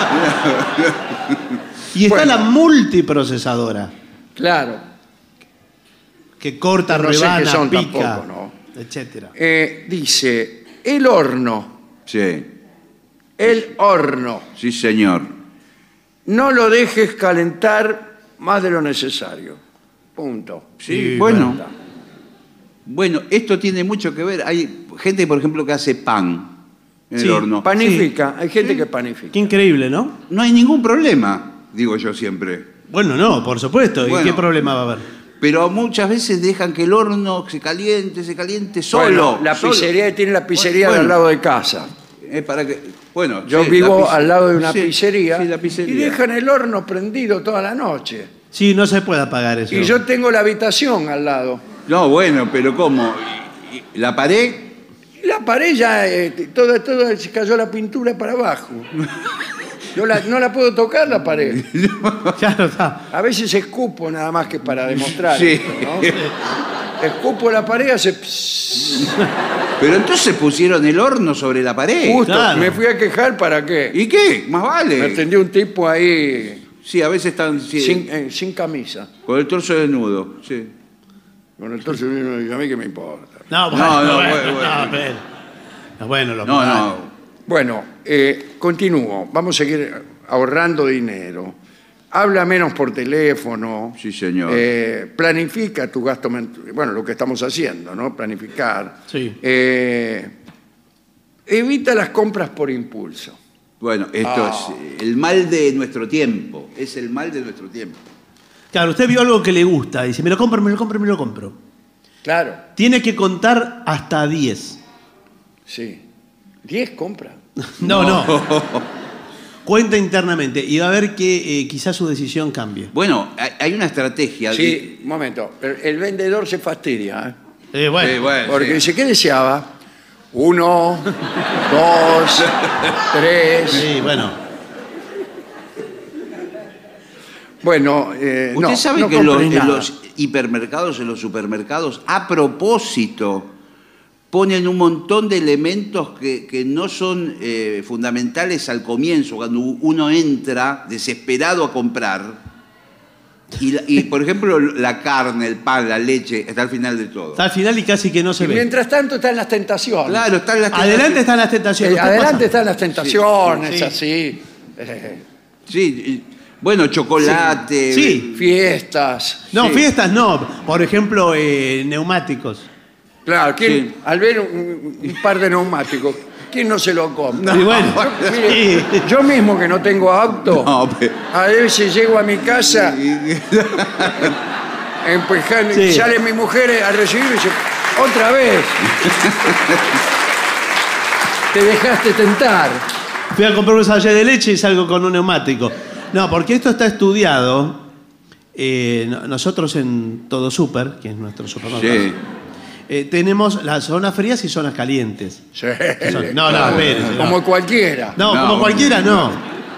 Y está Bueno. la multiprocesadora, Claro. que corta, No sé qué rebana, son pica, tampoco, ¿no? etcétera. Eh, dice, el horno, Sí. el horno, Sí, señor. no lo dejes calentar más de lo necesario. Punto. Sí, Sí, bueno. Basta. Bueno, esto tiene mucho que ver. Hay gente, por ejemplo, que hace pan en Sí, el horno. Panifica, hay gente que panifica. Qué increíble, ¿no? No hay ningún problema, digo yo siempre. Bueno, no, por supuesto. ¿Y Bueno. qué problema va a haber? Pero muchas veces dejan que el horno se caliente, se caliente solo. Bueno, la solo. pizzería tiene la pizzería Bueno. de al lado de casa. Es para que, bueno, Yo sí, vivo la pizze- al lado de una sí, pizzería, sí, la pizzería. y dejan el horno prendido toda la noche. Sí, no se puede apagar eso. Y yo tengo la habitación al lado. No, bueno, pero ¿cómo? ¿Y- y ¿La pared? Y la pared ya, eh, toda, toda, se cayó la pintura para abajo. Yo la- no la puedo tocar la pared. Claro, está. A veces escupo nada más que para demostrar Sí. esto, ¿no? Escupo la pared, hace pss. Pero entonces pusieron el horno sobre la pared. Justo, claro. me fui a quejar para qué. ¿Y qué? Más Me vale. atendió un tipo ahí Sí, a veces están sí, sin, eh, sin camisa. con el torso desnudo. Sí. Con el torso y a mí qué me importa. No, No, bueno, no, bueno, bueno, bueno. no, pero- no, bueno, lo No, no. Bueno, eh, continúo. Vamos a seguir ahorrando dinero. Habla menos por teléfono. Sí, señor. Eh, planifica tu gasto mensual. Bueno, lo que estamos haciendo, ¿no? Planificar. Sí. Eh, evita las compras por impulso. Bueno, esto Ah. es el mal de nuestro tiempo. Es el mal de nuestro tiempo. Claro, usted vio algo que le gusta y dice, me lo compro, me lo compro, me lo compro. Claro, Tiene que contar hasta diez. sí. ¿Diez compras? No, no. Cuenta internamente y va a ver que eh, quizás su decisión cambie. Bueno, hay- hay una estrategia. Sí, un momento. El, el vendedor se fastidia, ¿eh? Eh, bueno, Sí, bueno, Porque sí. dice, ¿qué deseaba? Uno, dos, tres. sí, bueno. Bueno, eh, Usted no, sabe no que en los, compres en nada. los hipermercados, en los supermercados, a propósito, ponen un montón de elementos que, que no son eh, fundamentales al comienzo, cuando uno entra desesperado a comprar. Y, la- y, por ejemplo, la carne, el pan, la leche, está al final de todo. Está al final y casi que no se Y ve. mientras tanto están las tentaciones. Claro, están las Adelante están las tentaciones. Eh, usted adelante pasa. están las tentaciones, Sí, sí. así. Eh, Sí, y- bueno, chocolate. Sí. fiestas. No, Sí. fiestas no. Por ejemplo, eh, neumáticos. Claro, ¿quién- Sí. al ver un, un par de neumáticos, ¿quién no se lo compra? Y bueno, Mire, sí. yo mismo que no tengo auto, No, pero- a veces llego a mi casa, empujando, Sí. sale mi mujer a recibirme y dice, otra vez. Te dejaste tentar. Fui a comprar un sachet de leche y salgo con un neumático. No, porque esto está estudiado. eh, no- nosotros en Todo Super, que es nuestro supermercado, Sí. eh, tenemos las zonas frías y zonas calientes. Sí. No, no, espérese, no. Como cualquiera. No, No. como cualquiera, no.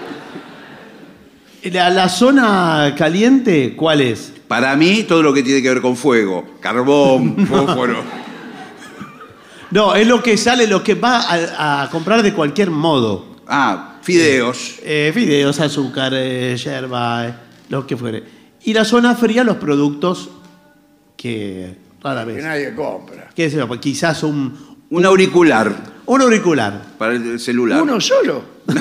La, la zona caliente, ¿cuál es? Para mí, todo lo que tiene que ver con fuego, carbón, fósforo. No, es lo que sale, lo que va a, a comprar de cualquier modo. Ah, fideos. Eh, fideos, azúcar, eh, yerba, eh, lo que fuere. Y la zona fría, los productos que rara Que vez. nadie compra. ¿Qué sé yo? Pues quizás un, Un auricular un auricular, para el celular. Uno solo.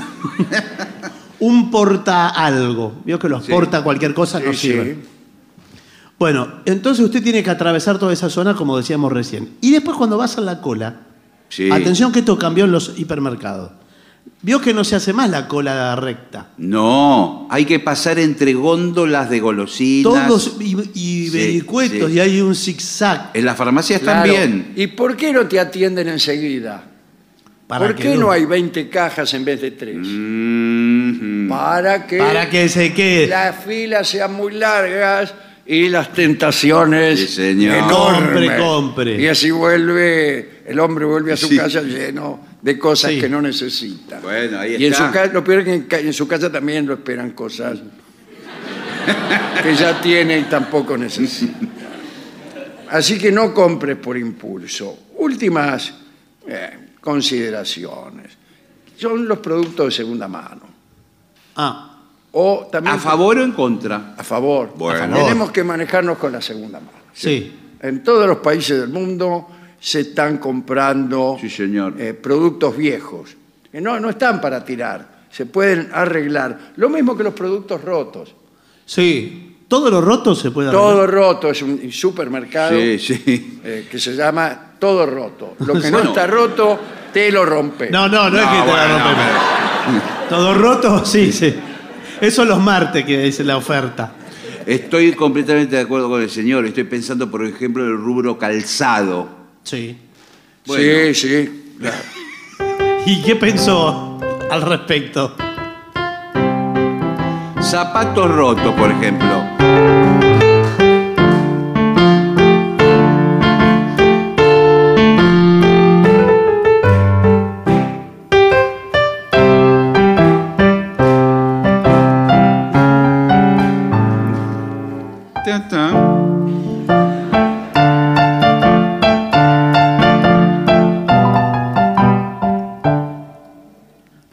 un porta algo. Vio que los Sí. porta cualquier cosa no Sí, sirven. sí. Bueno, entonces usted tiene que atravesar toda esa zona, como decíamos recién. Y después cuando vas a la cola, Sí. atención que esto cambió en los hipermercados. Vio que no se hace más la cola recta. No, hay que pasar entre góndolas de golosinas. Todos y, y Sí, vericuetos, sí. y hay un zigzag. En las farmacias Claro. también. ¿Y por qué no te atienden enseguida? Para ¿Por que qué du- no hay veinte cajas en vez de tres? Mm, Para que, Para que se quede. las filas sean muy largas y las tentaciones Sí, señor. enormes. Compre, compre. Y así vuelve, el hombre vuelve a su Sí. casa lleno de cosas Sí. que no necesita. Bueno, ahí y en está. su casa, lo peor es que en ca- en su casa también lo esperan cosas que ya tiene y tampoco necesita. Así que no compres por impulso. Últimas eh, consideraciones. Son los productos de segunda mano. Ah, O también ¿A favor o en contra? a favor. Bueno. A favor. Tenemos que manejarnos con la segunda mano. sí. En todos los países del mundo se están comprando Sí, señor. eh, productos viejos. Que no, no están para tirar, se pueden arreglar. Lo mismo que los productos rotos. Sí. Todo lo roto se puede arreglar. Todo roto es un supermercado Sí, sí. eh, que se llama Todo Roto. Lo que no Bueno. está roto, te lo rompe. No, no, no, es que te la bueno, rompen. Todo roto, sí, sí. Eso los martes que dice la oferta. Estoy completamente de acuerdo con el señor. Estoy pensando, por ejemplo, en el rubro calzado. Sí. Bueno. Sí, sí. claro. ¿Y qué pensó al respecto? Zapatos rotos, por ejemplo.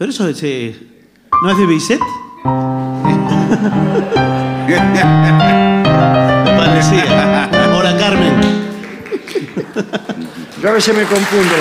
pero eso es, eh, ¿no es de Bizet? Me parecía. Hola, Carmen. Yo a veces me confundo.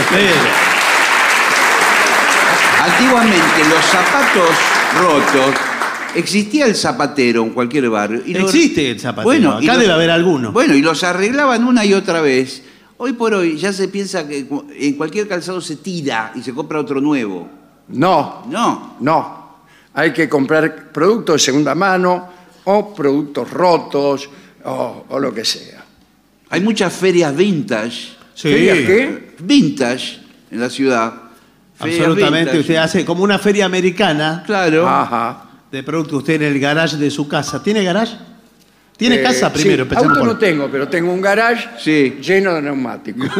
Antiguamente los zapatos rotos, existía el zapatero en cualquier barrio. Y los- Existe el zapatero. Bueno, y Acá los- debe haber alguno. Bueno, y los arreglaban una y otra vez. Hoy por hoy ya se piensa que en cualquier calzado se tira y se compra otro nuevo. No, No. no. Hay que comprar productos de segunda mano o productos rotos o, o lo que sea. Hay muchas ferias vintage. Sí. ¿Ferias qué? Vintage en la ciudad. Ferias Absolutamente. vintage. Usted hace como una feria americana Claro. Ajá. de productos. Usted en el garage de su casa. ¿Tiene garage? ¿Tiene Eh, casa primero? sí, Empecemos auto por- no tengo, pero tengo un garage Sí. lleno de neumáticos.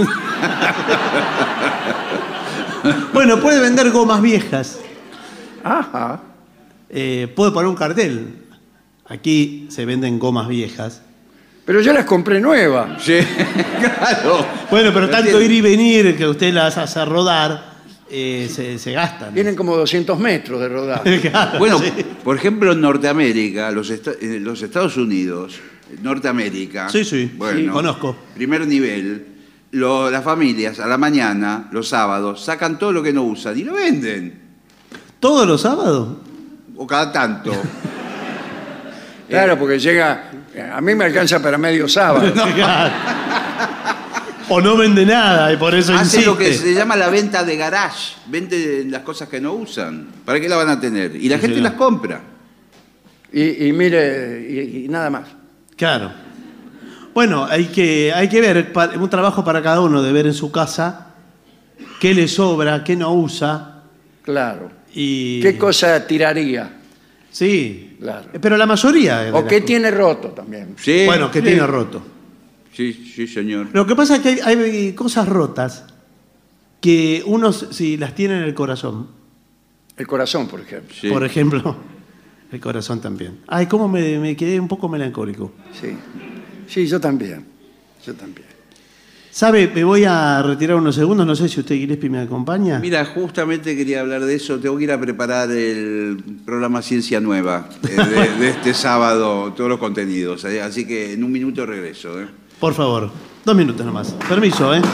Bueno, puede vender gomas viejas. Ajá. Eh, puede poner un cartel. Aquí se venden gomas viejas. Pero yo las compré nuevas. Sí, claro. Bueno, pero tanto Entiendo. ir y venir que usted las hace rodar, eh, se, se gastan. Tienen como doscientos metros de rodaje. Claro, Bueno, sí. por ejemplo, en Norteamérica, los, esta- en los Estados Unidos, Norteamérica. Sí, sí, sí, conozco. Primer nivel, lo- las familias a la mañana, los sábados, sacan todo lo que no usan y lo venden. ¿Todos los sábados? O cada tanto. Claro, porque llega. A mí me alcanza para medio sábado. Claro. O no vende nada y por eso Hace insiste. lo que se llama la venta de garage. Vende las cosas que no usan. ¿Para qué la van a tener? Y la Sí, gente señor. las compra. Y, y mire, y, y nada más. Claro. Bueno, hay que, hay que ver, pa- un trabajo para cada uno de ver en su casa qué le sobra, qué no usa. Claro. Y... ¿Qué cosa tiraría? Sí. Claro. Pero la mayoría... de ¿O las qué cosas. tiene roto también? Sí. Bueno, que sí. tiene roto. Sí, sí, señor. Lo que pasa es que hay, hay cosas rotas que uno si las tiene en el corazón. El corazón, por ejemplo. Sí. Por ejemplo, el corazón también. Ay, cómo me, me quedé un poco melancólico. Sí. Sí, yo también. Yo también. ¿Sabe? Me voy a retirar unos segundos. No sé si usted, Gillespie, me acompaña. Mira, justamente quería hablar de eso. Tengo que ir a preparar el programa Ciencia Nueva eh, de, de este sábado, todos los contenidos. eh, Así que en un minuto regreso. ¿eh? Por favor, dos minutos nomás. Permiso, ¿eh?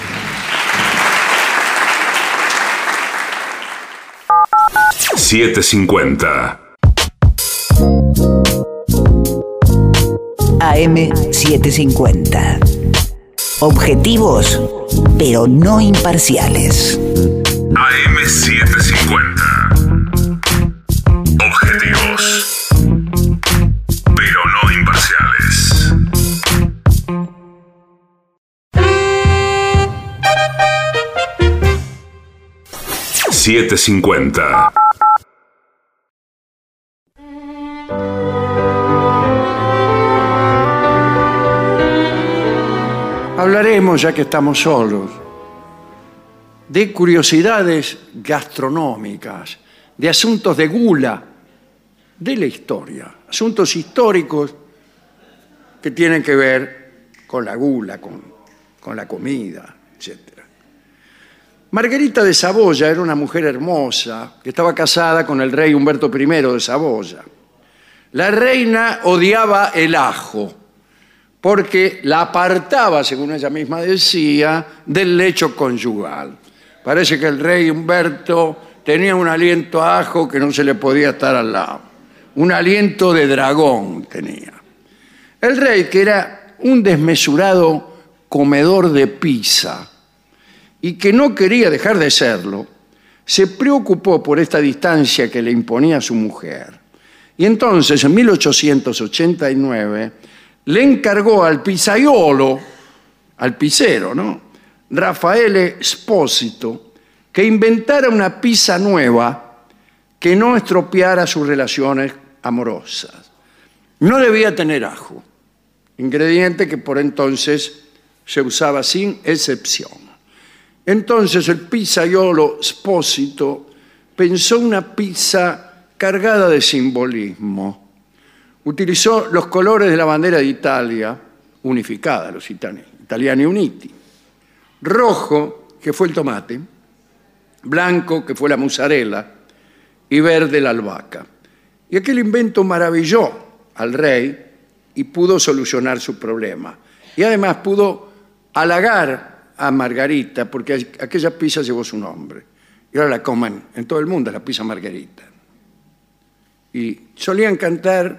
setecientos cincuenta. A M setecientos cincuenta. Objetivos, pero no imparciales. A M setecientos cincuenta. Objetivos, pero no imparciales. setecientos cincuenta. Hablaremos, ya que estamos solos, de curiosidades gastronómicas, de asuntos de gula, de la historia, asuntos históricos que tienen que ver con la gula, con, con la comida, etcétera. Margarita de Saboya era una mujer hermosa que estaba casada con el rey Humberto primero de Saboya. La reina odiaba el ajo porque la apartaba, según ella misma decía, del lecho conyugal. Parece que el rey Humberto tenía un aliento a ajo que no se le podía estar al lado. Un aliento de dragón tenía. El rey, que era un desmesurado comedor de pizza y que no quería dejar de serlo, se preocupó por esta distancia que le imponía su mujer. Y entonces, en mil ochocientos ochenta y nueve, le encargó al pizzaiolo, al pizzero, ¿no? Raffaele Espósito, que inventara una pizza nueva que no estropeara sus relaciones amorosas. No debía tener ajo, ingrediente que por entonces se usaba sin excepción. Entonces el pizzaiolo Espósito pensó una pizza cargada de simbolismo. Utilizó los colores de la bandera de Italia, unificada, los italiani, italiani uniti. Rojo, que fue el tomate, blanco, que fue la mozzarella, y verde la albahaca. Y aquel invento maravilló al rey y pudo solucionar su problema. Y además pudo halagar a Margarita, porque aquella pizza llevó su nombre. Y ahora la comen en todo el mundo, la pizza Margarita. Y solían cantar: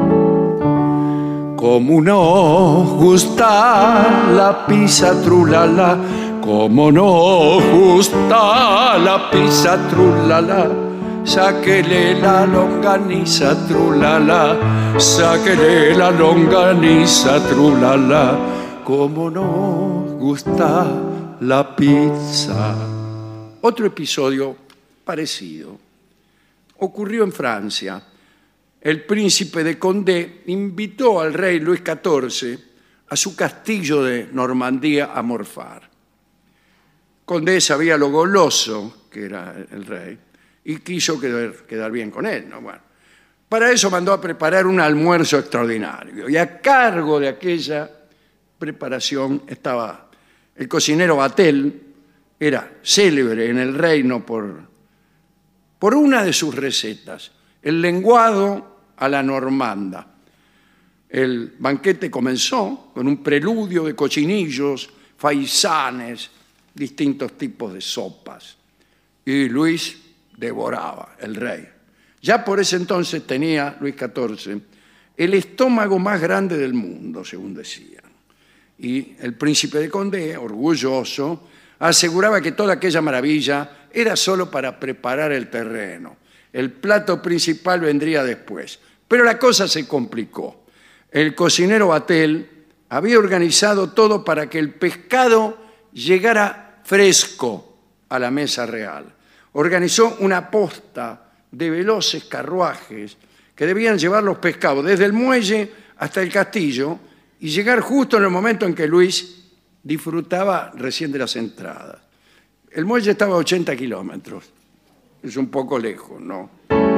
como nos gusta la pizza trulala, como nos gusta la pizza trulala, sáquele la longaniza trulala, sáquele la longaniza trulala, como nos gusta la pizza. Otro episodio parecido ocurrió en Francia. El príncipe de Condé invitó al rey Luis catorce a su castillo de Normandía a morfar. Condé sabía lo goloso que era el rey y quiso quedar, quedar bien con él, ¿no? Bueno, para eso mandó a preparar un almuerzo extraordinario y a cargo de aquella preparación estaba el cocinero Vatel. Era célebre en el reino por, por una de sus recetas, el lenguado a la normanda. El banquete comenzó con un preludio de cochinillos, faisanes, distintos tipos de sopas. Y Luis devoraba, el rey. Ya por ese entonces tenía, Luis catorce, el estómago más grande del mundo, según decían. Y el príncipe de Condé, orgulloso, aseguraba que toda aquella maravilla era solo para preparar el terreno. El plato principal vendría después. Pero la cosa se complicó. El cocinero Vatel había organizado todo para que el pescado llegara fresco a la mesa real. Organizó una posta de veloces carruajes que debían llevar los pescados desde el muelle hasta el castillo y llegar justo en el momento en que Luis disfrutaba recién de las entradas. El muelle estaba a ochenta kilómetros. Es un poco lejos, ¿no?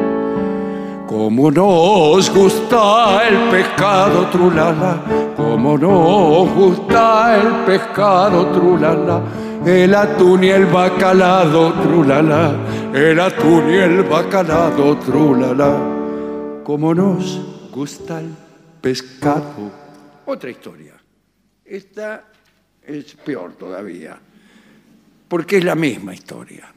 Como nos gusta el pescado trulala, como nos gusta el pescado trulala, el atún y el bacalado trulala, el atún y el bacalado trulala, como nos gusta el pescado. Otra historia. Esta es peor todavía, porque es la misma historia.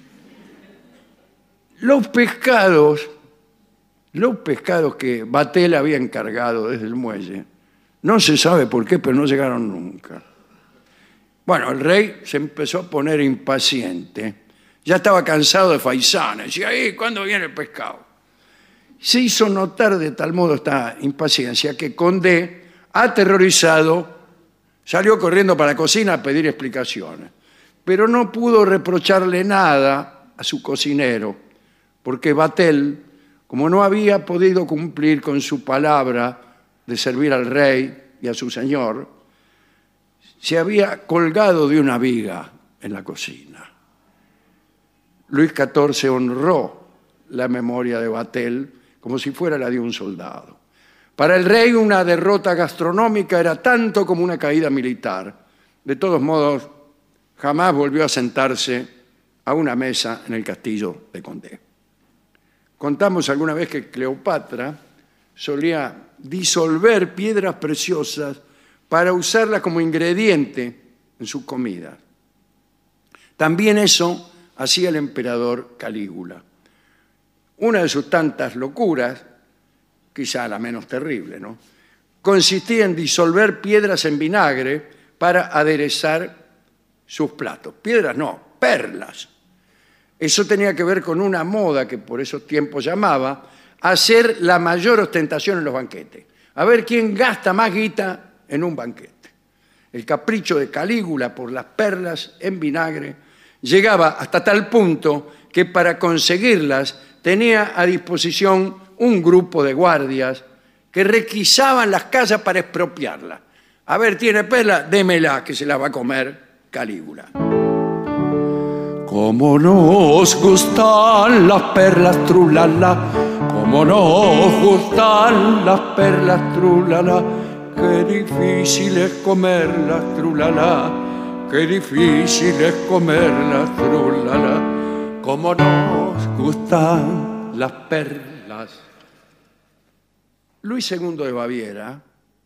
Los pescados, los pescados que Vatel había encargado desde el muelle, no se sabe por qué, pero no llegaron nunca. Bueno, el rey se empezó a poner impaciente. Ya estaba cansado de faisanes. Y ahí, ¿cuándo viene el pescado? Se hizo notar de tal modo esta impaciencia que Condé, aterrorizado, salió corriendo para la cocina a pedir explicaciones. Pero no pudo reprocharle nada a su cocinero, porque Vatel, como no había podido cumplir con su palabra de servir al rey y a su señor, se había colgado de una viga en la cocina. Luis catorce honró la memoria de Vatel como si fuera la de un soldado. Para el rey una derrota gastronómica era tanto como una caída militar. De todos modos, jamás volvió a sentarse a una mesa en el castillo de Condé. Contamos alguna vez que Cleopatra solía disolver piedras preciosas para usarlas como ingrediente en sus comidas. También eso hacía el emperador Calígula. Una de sus tantas locuras, quizá la menos terrible, ¿no?, consistía en disolver piedras en vinagre para aderezar sus platos. Piedras no, perlas. Eso tenía que ver con una moda que por esos tiempos llamaba hacer la mayor ostentación en los banquetes. A ver quién gasta más guita en un banquete. El capricho de Calígula por las perlas en vinagre llegaba hasta tal punto que para conseguirlas tenía a disposición un grupo de guardias que requisaban las casas para expropiarlas. A ver, ¿tiene perla? Démela, que se la va a comer Calígula. Como nos gustan las perlas trulala, como nos gustan las perlas trulala, qué difícil es comerlas trulala, qué difícil es comerlas trulala, como nos gustan las perlas. Luis segundo de Baviera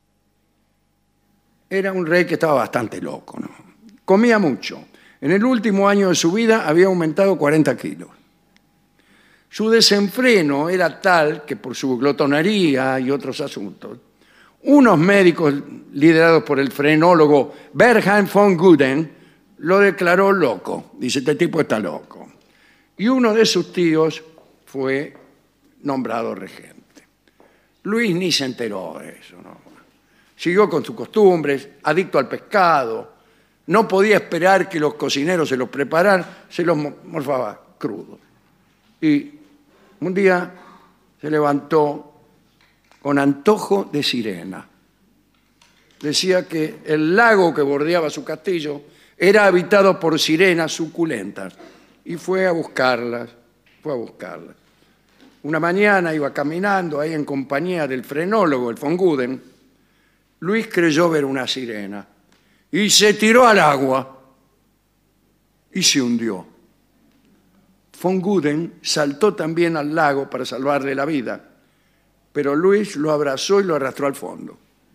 era un rey que estaba bastante loco, ¿no? Comía mucho. En el último año de su vida había aumentado cuarenta kilos. Su desenfreno era tal que por su glotonería y otros asuntos, unos médicos liderados por el frenólogo Bernhard von Guden lo declaró loco. Dice, este tipo está loco. Y uno de sus tíos fue nombrado regente. Luis ni se enteró de eso, ¿no? Siguió con sus costumbres, adicto al pescado. No podía esperar que los cocineros se los prepararan, se los morfaba crudos. Y un día se levantó con antojo de sirena. Decía que el lago que bordeaba su castillo era habitado por sirenas suculentas y fue a buscarlas, fue a buscarlas. Una mañana iba caminando ahí en compañía del frenólogo, el von Guden. Luis creyó ver una sirena y se tiró al agua y se hundió. Von Guden saltó también al lago para salvarle la vida, pero Luis lo abrazó y lo arrastró al fondo.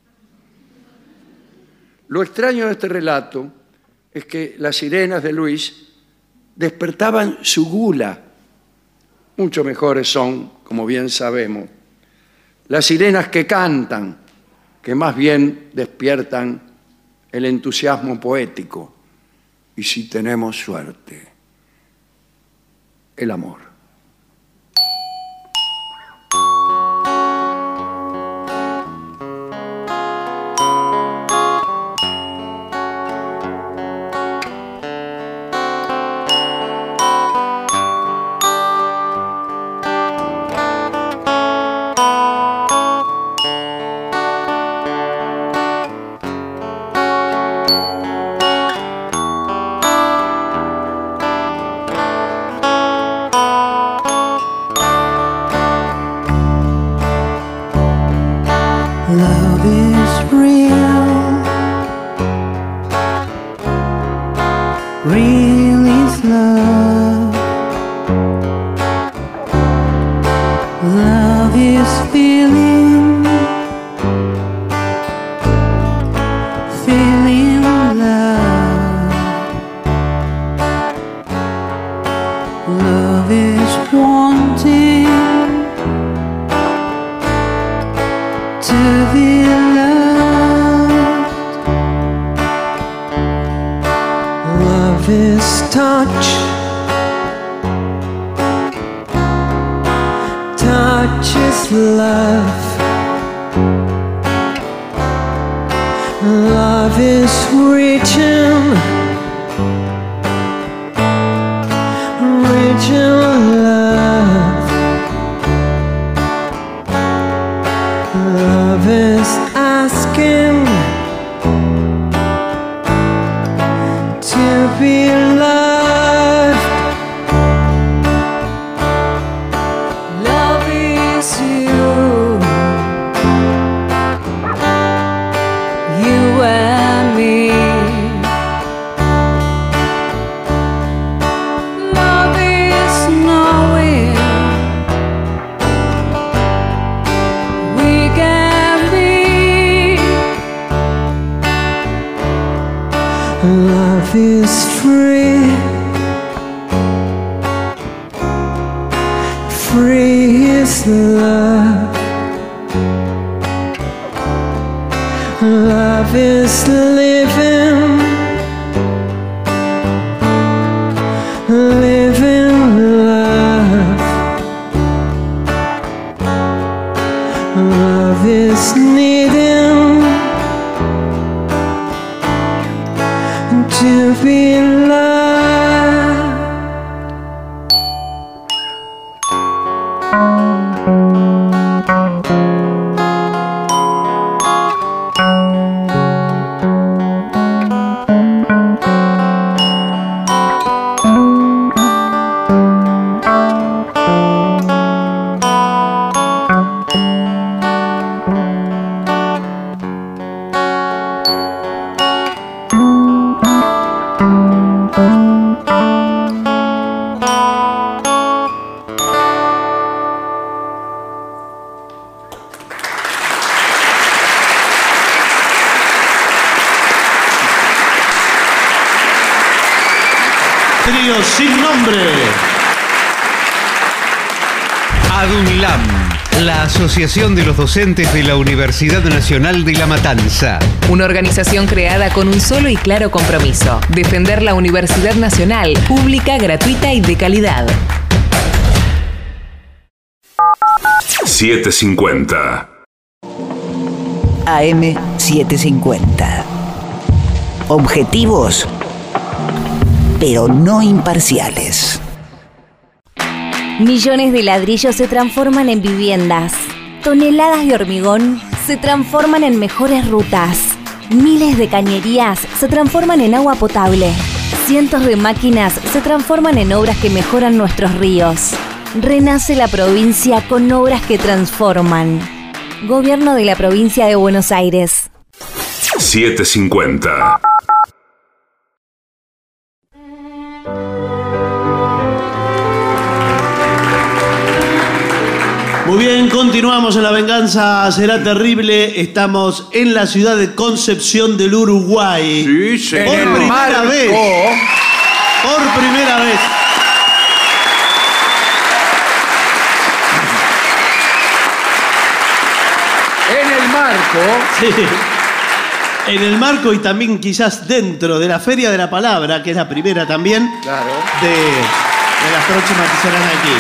Lo extraño de este relato es que las sirenas de Luis despertaban su gula. Mucho mejores son, como bien sabemos, las sirenas que cantan, que más bien despiertan el entusiasmo poético y, si tenemos suerte, el amor. Love is real, real is love. Love is feeling, feeling love. Love is wanting to be loved. Love is touch, touch is love. Love is reaching, reaching love. Love is asking to be loved. Love is you, you and me. Love is knowing we can be. Love is free, free is love. Love is living, living love. Love is needing to be loved. Trío Sin Nombre. ADUNLAM, la Asociación de los Docentes de la Universidad Nacional de La Matanza. Una organización creada con un solo y claro compromiso: defender la Universidad Nacional, pública, gratuita y de calidad. setecientos cincuenta. A M setecientos cincuenta. Objetivos, pero no imparciales. Millones de ladrillos se transforman en viviendas. Toneladas de hormigón se transforman en mejores rutas. Miles de cañerías se transforman en agua potable. Cientos de máquinas se transforman en obras que mejoran nuestros ríos. Renace la provincia con obras que transforman. Gobierno de la Provincia de Buenos Aires. setecientos cincuenta. Muy bien, continuamos en La Venganza Será Terrible. Estamos en la ciudad de Concepción del Uruguay. Sí, señor. Por primera vez. Por primera vez. En el marco. Sí. En el marco y también quizás dentro de la Feria de la Palabra, que es la primera también, Claro. de, de las próximas que serán aquí.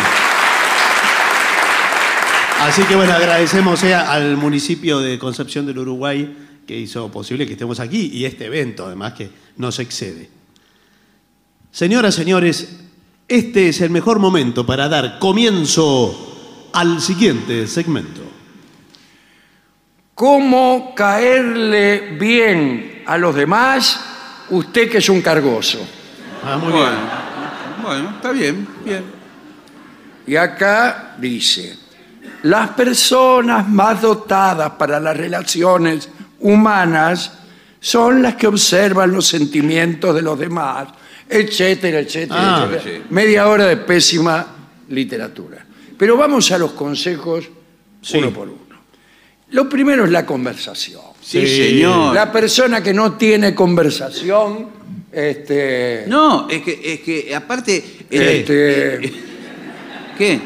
Así que bueno, agradecemos eh, al municipio de Concepción del Uruguay que hizo posible que estemos aquí y este evento además que nos excede. Señoras, señores, este es el mejor momento para dar comienzo al siguiente segmento. ¿Cómo caerle bien a los demás usted que es un cargoso? Ah, muy Bueno, bien. bueno, está bien, bien. Y acá dice: las personas más dotadas para las relaciones humanas son las que observan los sentimientos de los demás, etcétera, etcétera, Ah, etcétera. sí. Media hora de pésima literatura. Pero vamos a los consejos Sí. uno por uno. Lo primero es la conversación. Sí, Sí. señor. La persona que no tiene conversación, este, No, es que, es que aparte... eh, este, ¿Qué?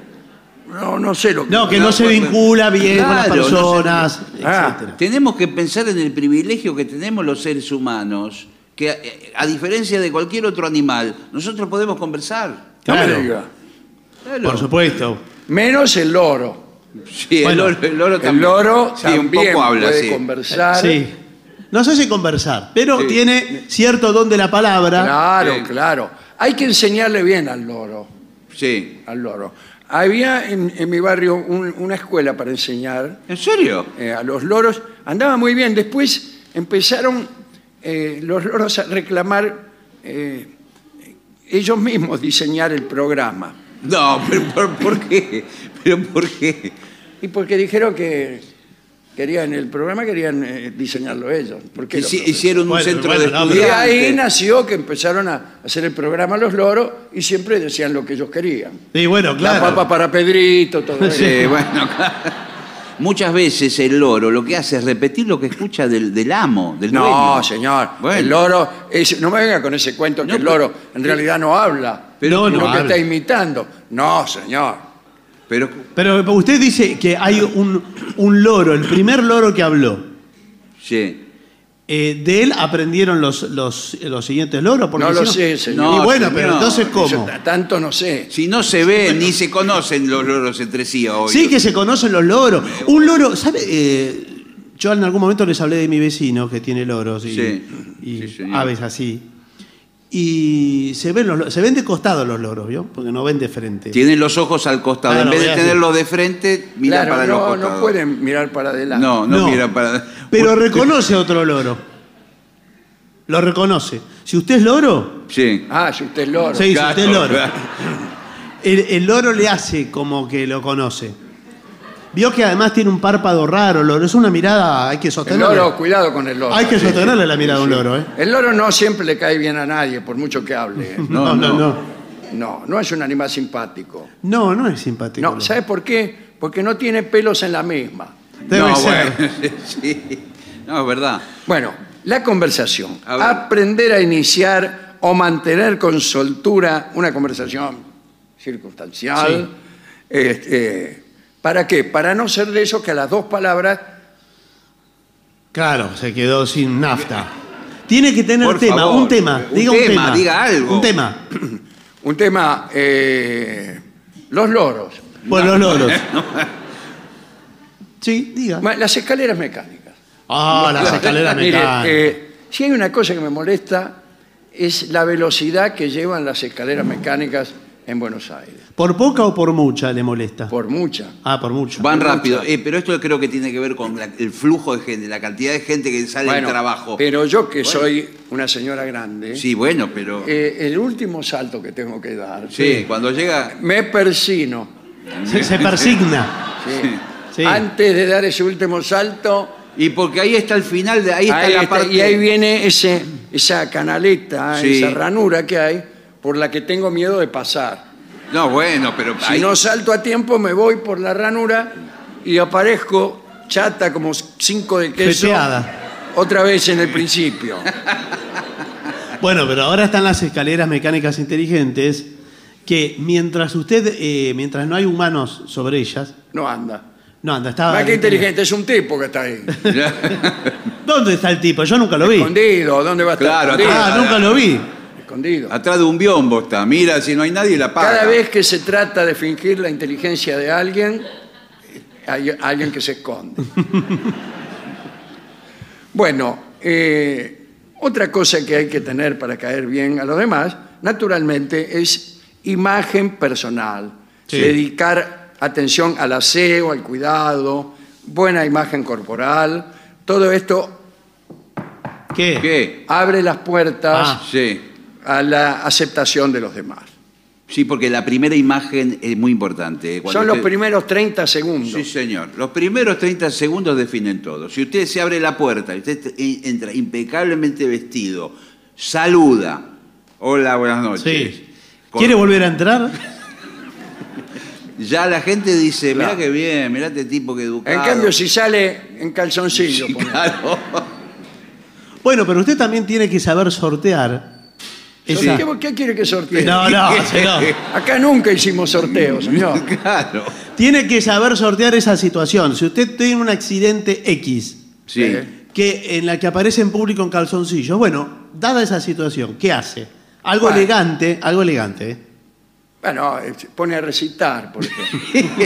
no, no sé lo que... No, que no, No, se pues, vincula bien con las claro, no se- personas, Ah. etcétera. Tenemos que pensar en el privilegio que tenemos los seres humanos, que eh, a diferencia de cualquier otro animal, nosotros podemos conversar. No me Claro. diga. Claro. Por supuesto. Menos el loro. Sí, Bueno, el loro, el loro El también. loro Sí, también un poco habla, puede sí. conversar. Sí. No se hace conversar, pero Sí. tiene cierto don de la palabra. Claro, Sí. claro. Hay que enseñarle bien al loro. Sí. Al loro. Había en, en mi barrio un- una escuela para enseñar ¿En serio? eh, a los loros. Andaba muy bien. Después empezaron eh, los loros a reclamar eh, ellos mismos diseñar el programa. No, pero ¿por, por qué? ¿Pero por qué? Y porque dijeron que querían el programa, querían eh, diseñarlo ellos. Porque Hici- hicieron un Bueno, centro bueno, de no, Y pero- estudiantes. ahí nació que empezaron a hacer el programa los loros y siempre decían lo que ellos querían. Y bueno, La claro. papa para Pedrito, todo eso. Sí, bueno, claro. Muchas veces el loro lo que hace es repetir lo que escucha del, del amo, del No, dueño. señor. Bueno. El loro, es- no me venga con ese cuento que No, el loro pero- en realidad no habla, Pero sino no que habla. está imitando. No, señor. Pero Pero usted dice que hay un, un loro, el primer loro que habló. sí. Eh, ¿De él aprendieron los, los, los siguientes loros? Porque No lo si sé, señor. y No, bueno, señor. pero entonces, Yo ¿cómo? t- tanto no sé. Si no se ven ni se conocen los loros entre sí hoy. Sí que se conocen los loros. Un loro, ¿sabe? Eh, yo en algún momento les hablé de mi vecino que tiene loros y, Sí, y sí, señor. aves así. Y se ven, los, lo- se ven de costado los loros, ¿vio? Porque no ven de frente. Tienen los ojos al costado. Claro, en vez de ve así. tenerlos de frente, miran Claro, para los no, costados. no pueden mirar para adelante. No, no, No. miran para... Pero reconoce a otro loro. Lo reconoce. Si usted es loro, Sí. Ah, si usted es loro. sí, si Claro, usted es loro. claro. El, el loro le hace como que lo conoce. Vio que además tiene un párpado raro, loro. Es una mirada, hay que El sostenerla. loro, cuidado con el loro. Hay que Sí, sostenerle la mirada a un loro, ¿eh? El loro no siempre le cae bien a nadie, por mucho que hable. ¿eh? No, no, no. No, no es un animal simpático. No, no es simpático. No, ¿sabe por qué? Porque no tiene pelos en la misma. Debe no, ser. bueno, sí. No, es verdad. Bueno, la conversación. A ver. Aprender a iniciar o mantener con soltura una conversación circunstancial. Sí. Este, ¿Para qué? Para no ser de esos que a las dos palabras... Claro, se quedó sin nafta. Tiene que tener Por tema, favor, un tema. un Diga un tema, tema. diga algo. Un tema. Un tema, eh, los loros. Bueno, los loros. Sí, diga. Ma- Las escaleras mecánicas. Ah, las escaleras Mire, mecánicas. eh, si hay una cosa que me molesta es la velocidad que llevan las escaleras mecánicas en Buenos Aires. ¿Por poca o por mucha le molesta? Por mucha. Ah, por mucho. Van rápido. Eh, pero esto creo que tiene que ver con la- el flujo de gente, la cantidad de gente que sale Bueno, del trabajo. pero yo que Bueno. soy una señora grande, Sí, bueno, pero... eh, el último salto que tengo que dar, sí, cuando llega... me persino. Se, se persigna. Sí. Sí. Antes de dar ese último salto, Y porque ahí está el final, de ahí está ahí la está, parte... y ahí viene ese, esa canaleta, Sí. esa ranura que hay, por la que tengo miedo de pasar. No, bueno, pero... Si ahí- no salto a tiempo, me voy por la ranura y aparezco chata como cinco de queso. Feteada. Otra vez en el principio. Bueno, pero ahora están las escaleras mecánicas inteligentes que mientras usted, eh, mientras no hay humanos sobre ellas, No anda. no anda, está. Más que inteligente, es un tipo que está ahí. ¿Dónde está el tipo? Yo nunca lo vi. Escondido, ¿dónde va a estar? Claro, Escondido. Ah, nunca lo vi. Escondido. Atrás de un biombo está. Mira, si no hay nadie, la apaga. Cada vez que se trata de fingir la inteligencia de alguien, hay alguien que se esconde. Bueno, eh, otra cosa que hay que tener para caer bien a los demás, naturalmente, es imagen personal. Sí. Dedicar atención al aseo, al cuidado, buena imagen corporal. Todo esto ¿Qué? ¿Qué? abre las puertas Ah. Sí. a la aceptación de los demás. Sí, porque la primera imagen es muy importante. eh, cuando Son los usted- primeros treinta segundos. Sí, señor. Los primeros treinta segundos definen todo. Si usted se abre la puerta y usted e- entra impecablemente vestido, saluda, hola, buenas noches. Sí. Con- ¿Quiere volver a entrar? Ya la gente dice, Claro. mirá qué bien, mirá este tipo que educado. En cambio, si sale en calzoncillo, Sí, ponele. claro. Bueno, pero usted también tiene que saber sortear. Esa... ¿Qué, qué quiere que sortee? No, no, señor. Acá nunca hicimos sorteos, señor. Claro. Tiene que saber sortear esa situación. Si usted tiene un accidente X, Sí. Eh. que en la que aparece en público en calzoncillos, bueno, dada esa situación, ¿qué hace? Algo Bueno. elegante, algo elegante. ¿eh? Bueno, eh, se pone a recitar, por ejemplo.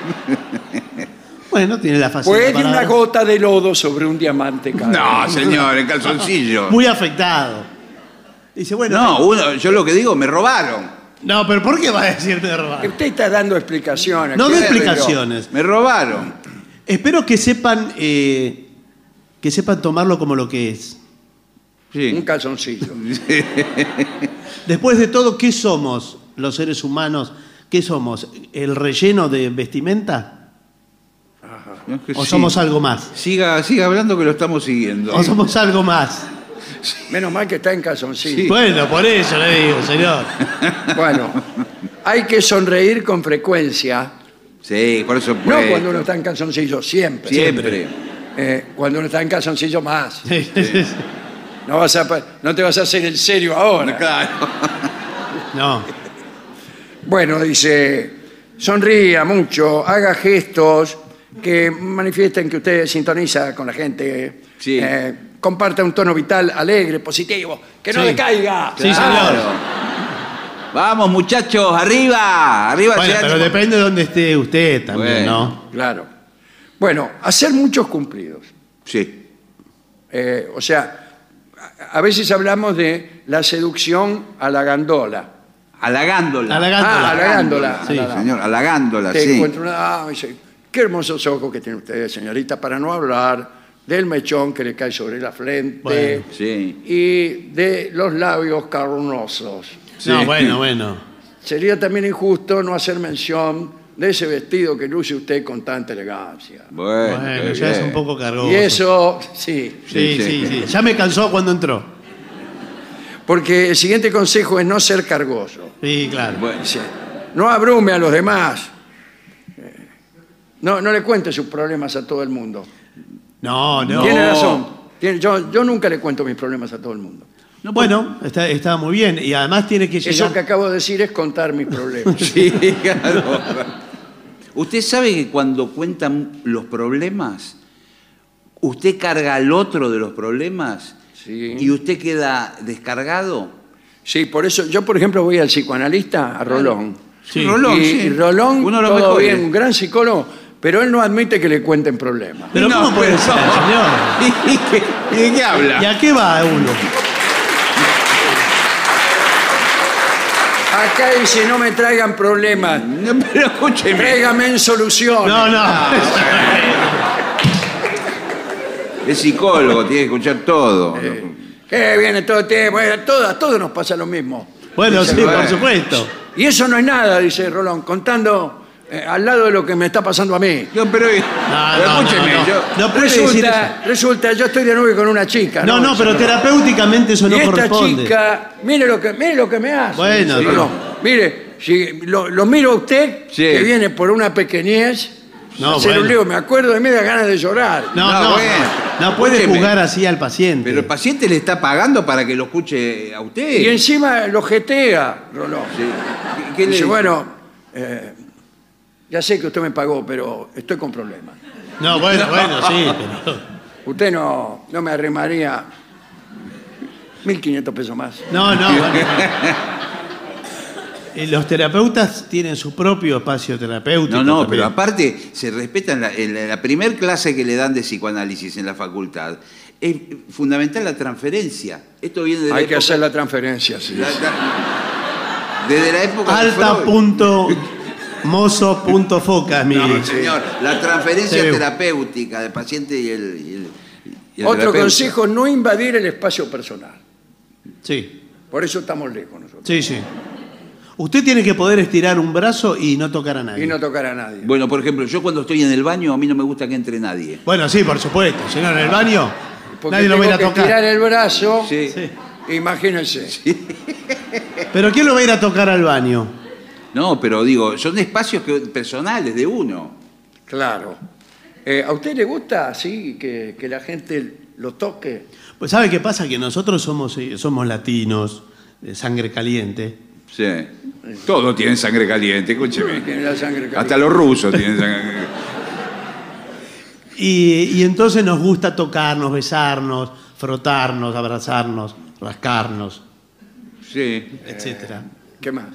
Bueno, tiene la facilidad. Puede para- una gota de lodo sobre un diamante caer. No, señor, en calzoncillo. Muy afectado. Dice, bueno. No, uno, yo lo que digo, me robaron. No, pero ¿por qué va a decir de Que robar? Usted está dando explicaciones. No ¿Qué de le explicaciones. Me robaron. Espero que sepan, eh, que sepan tomarlo como lo que es. dio? Un Sí. calzoncillo. Después de todo, ¿qué somos los seres humanos? ¿Qué somos? ¿El relleno de vestimenta? No, es que ¿O sí. somos algo más? Siga, siga hablando que lo estamos siguiendo. ¿O somos algo más? Menos mal que está en calzoncillo. Bueno, por eso le digo, señor. Bueno, hay que sonreír con frecuencia. Sí, por eso No pues, cuando uno está en calzoncillo, siempre. Siempre. Eh, cuando uno está en calzoncillo, más. Sí, sí, sí. No, vas a, pa- no te vas a hacer el serio ahora. Claro. No. Bueno, dice, sonría mucho, haga gestos que manifiesten que usted sintoniza con la gente. Sí. Eh, comparta un tono vital, alegre, positivo, que no Sí. decaiga. Sí, señor. Vamos, muchachos, arriba. Arriba, Bueno, ese pero ánimo. depende de dónde esté usted también, Bueno. ¿no? Claro. Bueno, hacer muchos cumplidos. Sí. Eh, o sea, a a veces hablamos de la seducción a la gandola. Halagándola. Halagándola. Ah, halagándola. Sí, Halagándola. señor, halagándola, Te sí. encuentra una dama y dice, qué hermosos ojos que tiene usted, señorita, para no hablar del mechón que le cae sobre la frente Bueno, sí. y de los labios carnosos. No, Sí. bueno, bueno. Sería también injusto no hacer mención de ese vestido que luce usted con tanta elegancia. Bueno, Bueno, qué ya es bien. un poco cargoso. Y eso, sí, Sí, Sí, sí, sí. sí. Ya me cansó cuando entró. porque el siguiente consejo es no ser cargoso. Sí, claro. Bueno, Dice, no abrume a los demás. Eh, No, no le cuente sus problemas a todo el mundo. No, no. Tiene razón. Tiene- yo, yo nunca le cuento mis problemas a todo el mundo. No, Bueno, está, está muy bien. Y además tiene que llegar... Eso que acabo de decir es contar mis problemas. Sí, claro. Usted sabe que cuando cuentan los problemas, usted carga al otro de los problemas Sí. y usted queda descargado. Sí, por eso yo, por ejemplo, voy al psicoanalista, a Rolón. Sí. Rolón, y, sí. y Rolón, Uno de los todo mejores. bien, un gran psicólogo, pero él no admite que le cuenten problemas. Pero No, ¿cómo puede pero ser, no. señor? ¿Y, qué- y de qué habla? ¿Y a qué va uno? Acá dice, no me traigan problemas, No, pero escúcheme. tráigame en solución. No, no. Es psicólogo, tiene que escuchar todo. Que viene todo el tiempo, eh, todo, a todos nos pasa lo mismo. Bueno, Dice sí, Rolón. por supuesto. Y eso no es nada, dice Rolón, contando eh, al lado de lo que me está pasando a mí. No, pero, pero no, escúcheme, no, no. yo... No puede decir Resulta, resulta, yo estoy de novio con una chica. No, no, pero Señor. terapéuticamente eso no y esta corresponde. chica, mire lo que, mire lo que me hace. Bueno, dice pero- Rolón. Mire, si lo, lo miro a usted, Sí. que viene por una pequeñez, No, hacer un bueno. lío, me acuerdo y me da ganas de llorar. No, No, no, bueno. no puede Escúcheme. juzgar así al paciente. Pero el paciente le está pagando para que lo escuche a usted. Y encima lo jetea, Rolón. Sí. ¿Qué- qué le Dice, dice? bueno, eh, ya sé que usted me pagó, pero estoy con problemas. No, bueno, bueno, sí, pero... Usted no, no me arrimaría mil quinientos pesos más. No, no, bueno. Y los terapeutas tienen su propio espacio terapéutico. No, no, también. pero aparte se respeta en la, en la, la primer clase que le dan de psicoanálisis en la facultad. Es fundamental la transferencia. Esto viene de la Hay que época- hacer la transferencia, sí. la- la- desde la época de Alta Freud. punto mozo punto foca, mi... No, señor, la transferencia Sí. terapéutica del paciente y el, y el- y el Otro terapeuta. consejo, no invadir el espacio personal. Sí, Por eso estamos lejos nosotros. sí, sí. Usted tiene que poder estirar un brazo y no tocar a nadie. Y no tocar a nadie. Bueno, por ejemplo, yo cuando estoy en el baño, a mí no me gusta que entre nadie. Bueno, sí, por supuesto. Señor, en el baño Porque nadie lo tengo va a ir a que tocar. tirar el brazo, Sí. Sí. imagínense. Pero ¿quién lo va a ir a tocar al baño? No, pero digo, son espacios que- personales de uno. Claro. Eh, ¿A usted le gusta así que, que la gente lo toque? Pues ¿sabe qué pasa? Que nosotros somos, eh, somos latinos, de sangre caliente. Sí. Todos tienen sangre caliente, escúcheme. Tiene la sangre caliente. Hasta los rusos tienen sangre caliente. Y, y entonces nos gusta tocarnos, besarnos, frotarnos, abrazarnos, rascarnos, Sí. etcétera. ¿Qué más?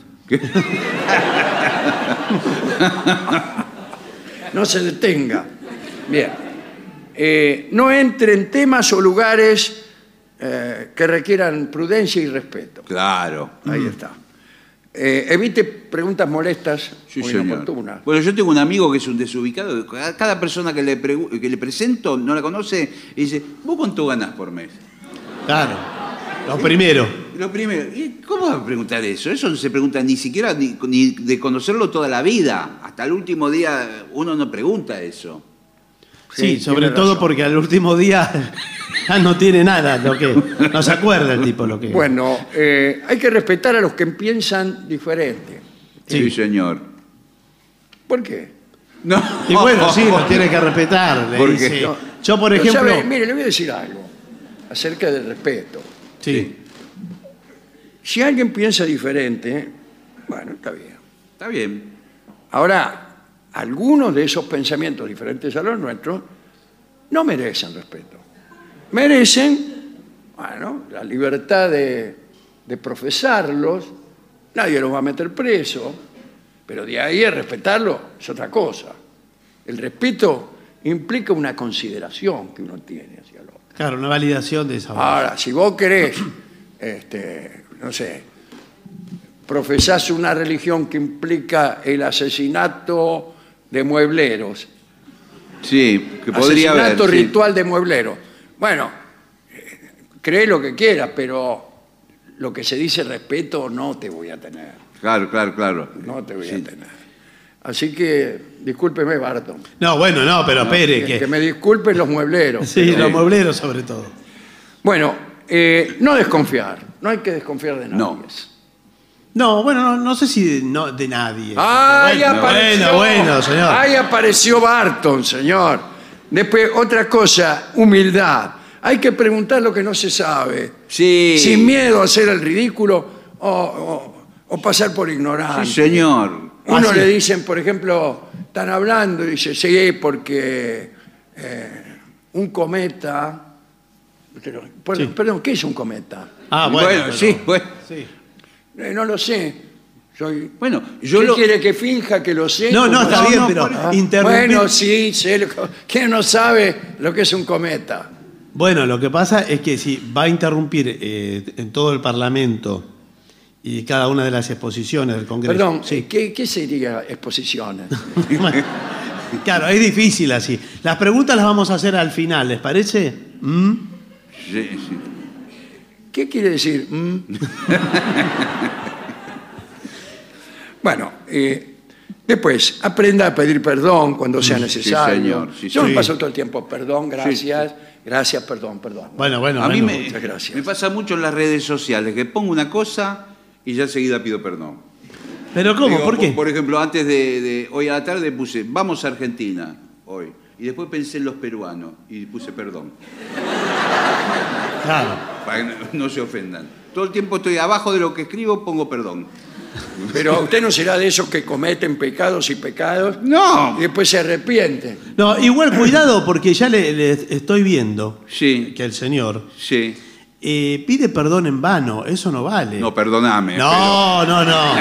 No se detenga. Bien. Eh, no entre en temas o lugares eh, que requieran prudencia y respeto. Claro. Ahí está. Eh, evite preguntas molestas Sí, o señor. inoportunas. Bueno, yo tengo un amigo que es un desubicado. Cada cada persona que le, pregu- que le presento no la conoce y dice, ¿vos cuánto ganás por mes? Claro, lo primero. Lo primero, ¿y ¿cómo vas a preguntar eso? Eso no se pregunta ni siquiera ni, ni de conocerlo toda la vida. Hasta el último día uno no pregunta eso. Sí, Sí, sobre tiene todo razón. porque al último día ya no tiene nada, lo que no se acuerda el tipo lo que. Bueno, eh, hay que respetar a los que piensan diferente. Sí, señor. ¿Por qué? No. Y bueno, sí, lo tiene que respetar. le ¿Por qué? dice. No. Yo, por Pero, ejemplo. ¿sabe? Mire, le voy a decir algo acerca del respeto. Sí. Si alguien piensa diferente, bueno, está bien. Está bien. Ahora, algunos de esos pensamientos diferentes a los nuestros no merecen respeto. Merecen, bueno, la libertad de, de profesarlos, nadie los va a meter preso, pero de ahí a respetarlo es otra cosa. El respeto implica una consideración que uno tiene hacia el otro. Claro, una validación de esa voz. Ahora, si vos querés, este, no sé, profesás una religión que implica el asesinato de muebleros, Sí, que podría haber. asesinato sí. ritual de muebleros. Bueno, eh, cree lo que quieras, pero lo que se dice respeto no te voy a tener. Claro, claro, claro. No te voy Sí. a tener. Así que, discúlpeme, Barton. No, bueno, no, pero espere. Que, Que, que me disculpen los muebleros. sí, pero- los muebleros sobre todo. Bueno, eh, no desconfiar. No hay que desconfiar de nadie. No. No, bueno, no, no sé si de, no, de nadie. ¡Ay, bueno, apareció! bueno, bueno, señor. ¡Ay, apareció Barton, señor! Después, otra cosa, humildad. hay que preguntar lo que no se sabe. Sí. Sin miedo a hacer el ridículo o, o- o pasar por ignorante. Sí, señor. Uno Ah, le sí. dicen, por ejemplo, están hablando y dice, sí, porque eh, un cometa... Pero, perdón, Sí. perdón, ¿qué es un cometa? Ah, bueno. Bueno, pero- sí, bueno. sí. Eh, no lo sé. Soy... Bueno, yo ¿Qué lo... quiere que finja que lo sé? No, no, ¿Cómo está no? bien, no, pero por- interrumpir- Bueno, sí, sé. lo- ¿Quién no sabe lo que es un cometa? Bueno, lo que pasa es que si va a interrumpir eh, en todo el Parlamento y cada una de las exposiciones del Congreso. Perdón, Sí. ¿qué, qué sería exposiciones? Bueno, claro, es difícil así. Las preguntas las vamos a hacer al final, ¿les parece? ¿Mm? Sí, sí. ¿Qué quiere decir? ¿Mm? Bueno, eh, después, aprenda a pedir perdón cuando sea Sí, necesario. señor, sí, Yo me señor. paso todo el tiempo, perdón, gracias, gracias, perdón, perdón. Bueno, bueno, A mí bueno. me, muchas gracias. me pasa mucho en las redes sociales que pongo una cosa y ya enseguida pido perdón. ¿Pero cómo? Digo, ¿Por qué? Por ejemplo, antes de, de hoy a la tarde puse, vamos a Argentina hoy. Y después pensé en los peruanos y puse perdón. Claro. Para que no, no se ofendan. Todo el tiempo estoy abajo de lo que escribo, pongo perdón. Pero usted no será de esos que cometen pecados y pecados No. y después se arrepienten. No, igual cuidado porque ya le, le estoy viendo Sí, que el señor sí. eh, pide perdón en vano. Eso no vale. No, perdóname. no, no, no.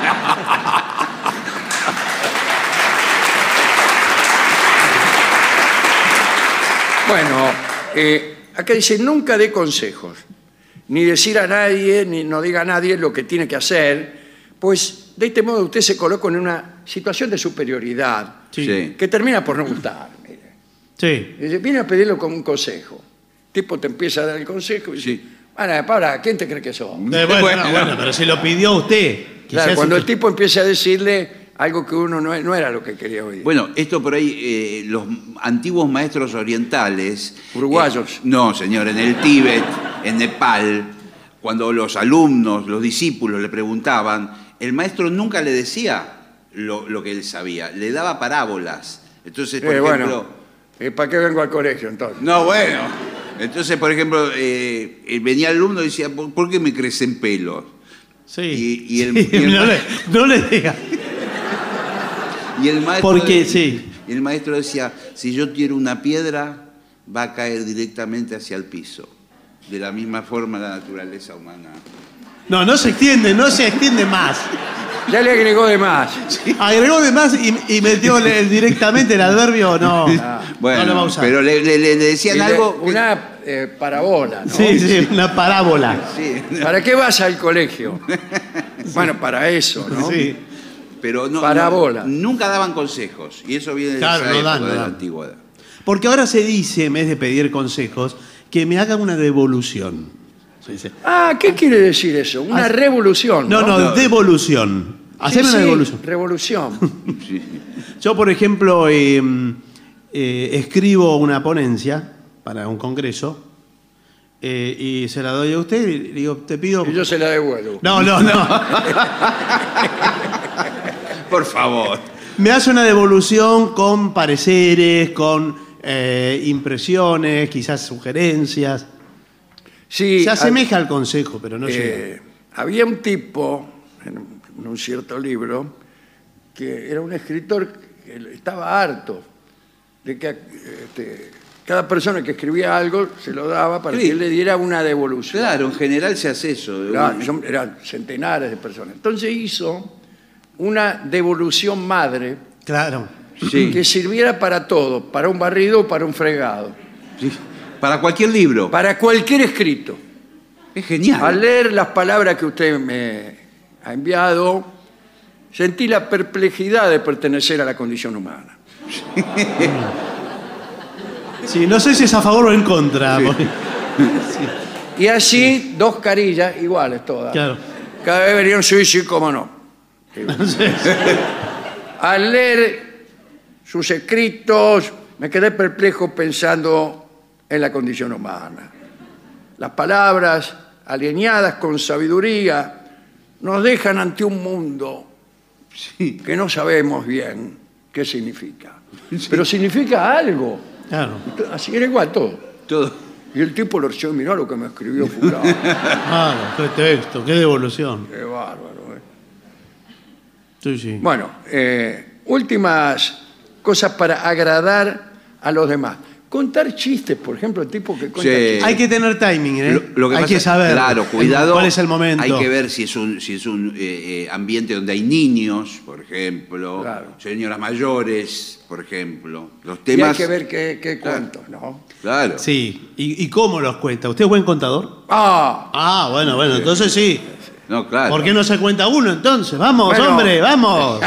Bueno, eh, acá dice, nunca dé consejos, ni decir a nadie, ni no diga a nadie lo que tiene que hacer, pues de este modo usted se coloca en una situación de superioridad Sí. Sí. que termina por no gustar. Mire. Sí. Dice, viene a pedirlo como un consejo. El tipo te empieza a dar el consejo y dice, Sí. para, para, ¿quién te cree que sos? Eh, bueno, Bueno. no, bueno, pero si lo pidió usted. Claro, quizás cuando el usted- tipo empieza a decirle algo que uno no, no era lo que quería oír. Bueno, esto por ahí, eh, los antiguos maestros orientales... Uruguayos. eh, no, señor, en el Tíbet, en Nepal, cuando los alumnos, los discípulos le preguntaban, el maestro nunca le decía lo, lo que él sabía, le daba parábolas. Entonces, por Eh, ejemplo... bueno, eh, ¿para qué vengo al colegio entonces? No, bueno. Entonces, por ejemplo, eh, eh, venía el alumno y decía, ¿por, por qué me crecen pelos? Sí. Y- y el- Sí, y el no, ma- le, no le diga. Y el maestro, Porque, sí. y el maestro decía, si yo tiro una piedra, va a caer directamente hacia el piso. De la misma forma la naturaleza humana. No, no se extiende, no se extiende más. Ya le agregó de más. Agregó de más y, y metió el- directamente el adverbio, no. Bueno, no lo va a usar. pero le, le- le decían Y le- algo... que- Una eh, parábola, ¿no? Sí, sí, una parábola. Sí, ¿Para qué vas al colegio? Bueno, para eso, ¿no? Sí. pero no, Parábola. no- nunca daban consejos. Y eso viene de Claro, esa no época, dan, no de la dan. antigüedad. Porque ahora se dice, en vez de pedir consejos, que me hagan una devolución. Se dice. Ah, ¿qué quiere decir eso? Una Ah, revolución. No, no, No. devolución. Sí, Hacerme una sí, devolución. revolución. Sí. Yo, por ejemplo, eh, eh, escribo una ponencia para un congreso eh, y se la doy a usted y le digo, te pido... Y yo se la devuelvo. No, no, no. Por favor. Me hace una devolución con pareceres, con eh, impresiones, quizás sugerencias. Sí, Se ha- asemeja al consejo, pero no eh, llega. había un tipo en, en un cierto libro que era un escritor que estaba harto de que este, cada persona que escribía algo se lo daba para Sí. que él le diera una devolución. Claro, en general se hace eso. Claro, son- eran centenares de personas. Entonces hizo una devolución madre Claro. Sí. que sirviera para todo, para un barrido o para un fregado, Sí. Para cualquier libro. para cualquier escrito. Es genial. Al leer las palabras que usted me ha enviado, sentí la perplejidad de pertenecer a la condición humana. Sí, no sé si es a favor o en contra. porque- Y así, dos carillas iguales todas. Claro. Cada vez venían, sí, sí, cómo no. Al leer sus escritos, me quedé perplejo pensando en la condición humana. Las palabras, alineadas con sabiduría, nos dejan ante un mundo que no sabemos bien qué significa. Pero significa algo. Claro. Así era igual todo. Todo. Y el tipo lo recibió, mirá lo que me escribió fulano. Claro, qué texto, qué devolución. Qué bárbaro. ¿eh? Sí, sí. Bueno, eh, últimas cosas para agradar a los demás. Contar chistes, por ejemplo, el tipo que cuenta Sí. chistes. Hay que tener timing, ¿eh? Lo, lo que hay pasa- que saber Claro, el- cuidado. cuál es el momento. Hay que ver si es un, si es un eh, eh, ambiente donde hay niños, por ejemplo, Claro. señoras mayores, por ejemplo. Los Y temas. hay que ver qué, qué Claro. cuentos, ¿no? Claro. Sí. ¿Y, y cómo los cuenta? ¿Usted es buen contador? Ah, Ah, bueno, bueno, entonces sí. No, claro. ¿Por qué no se cuenta uno entonces? Vamos, Bueno. hombre, vamos.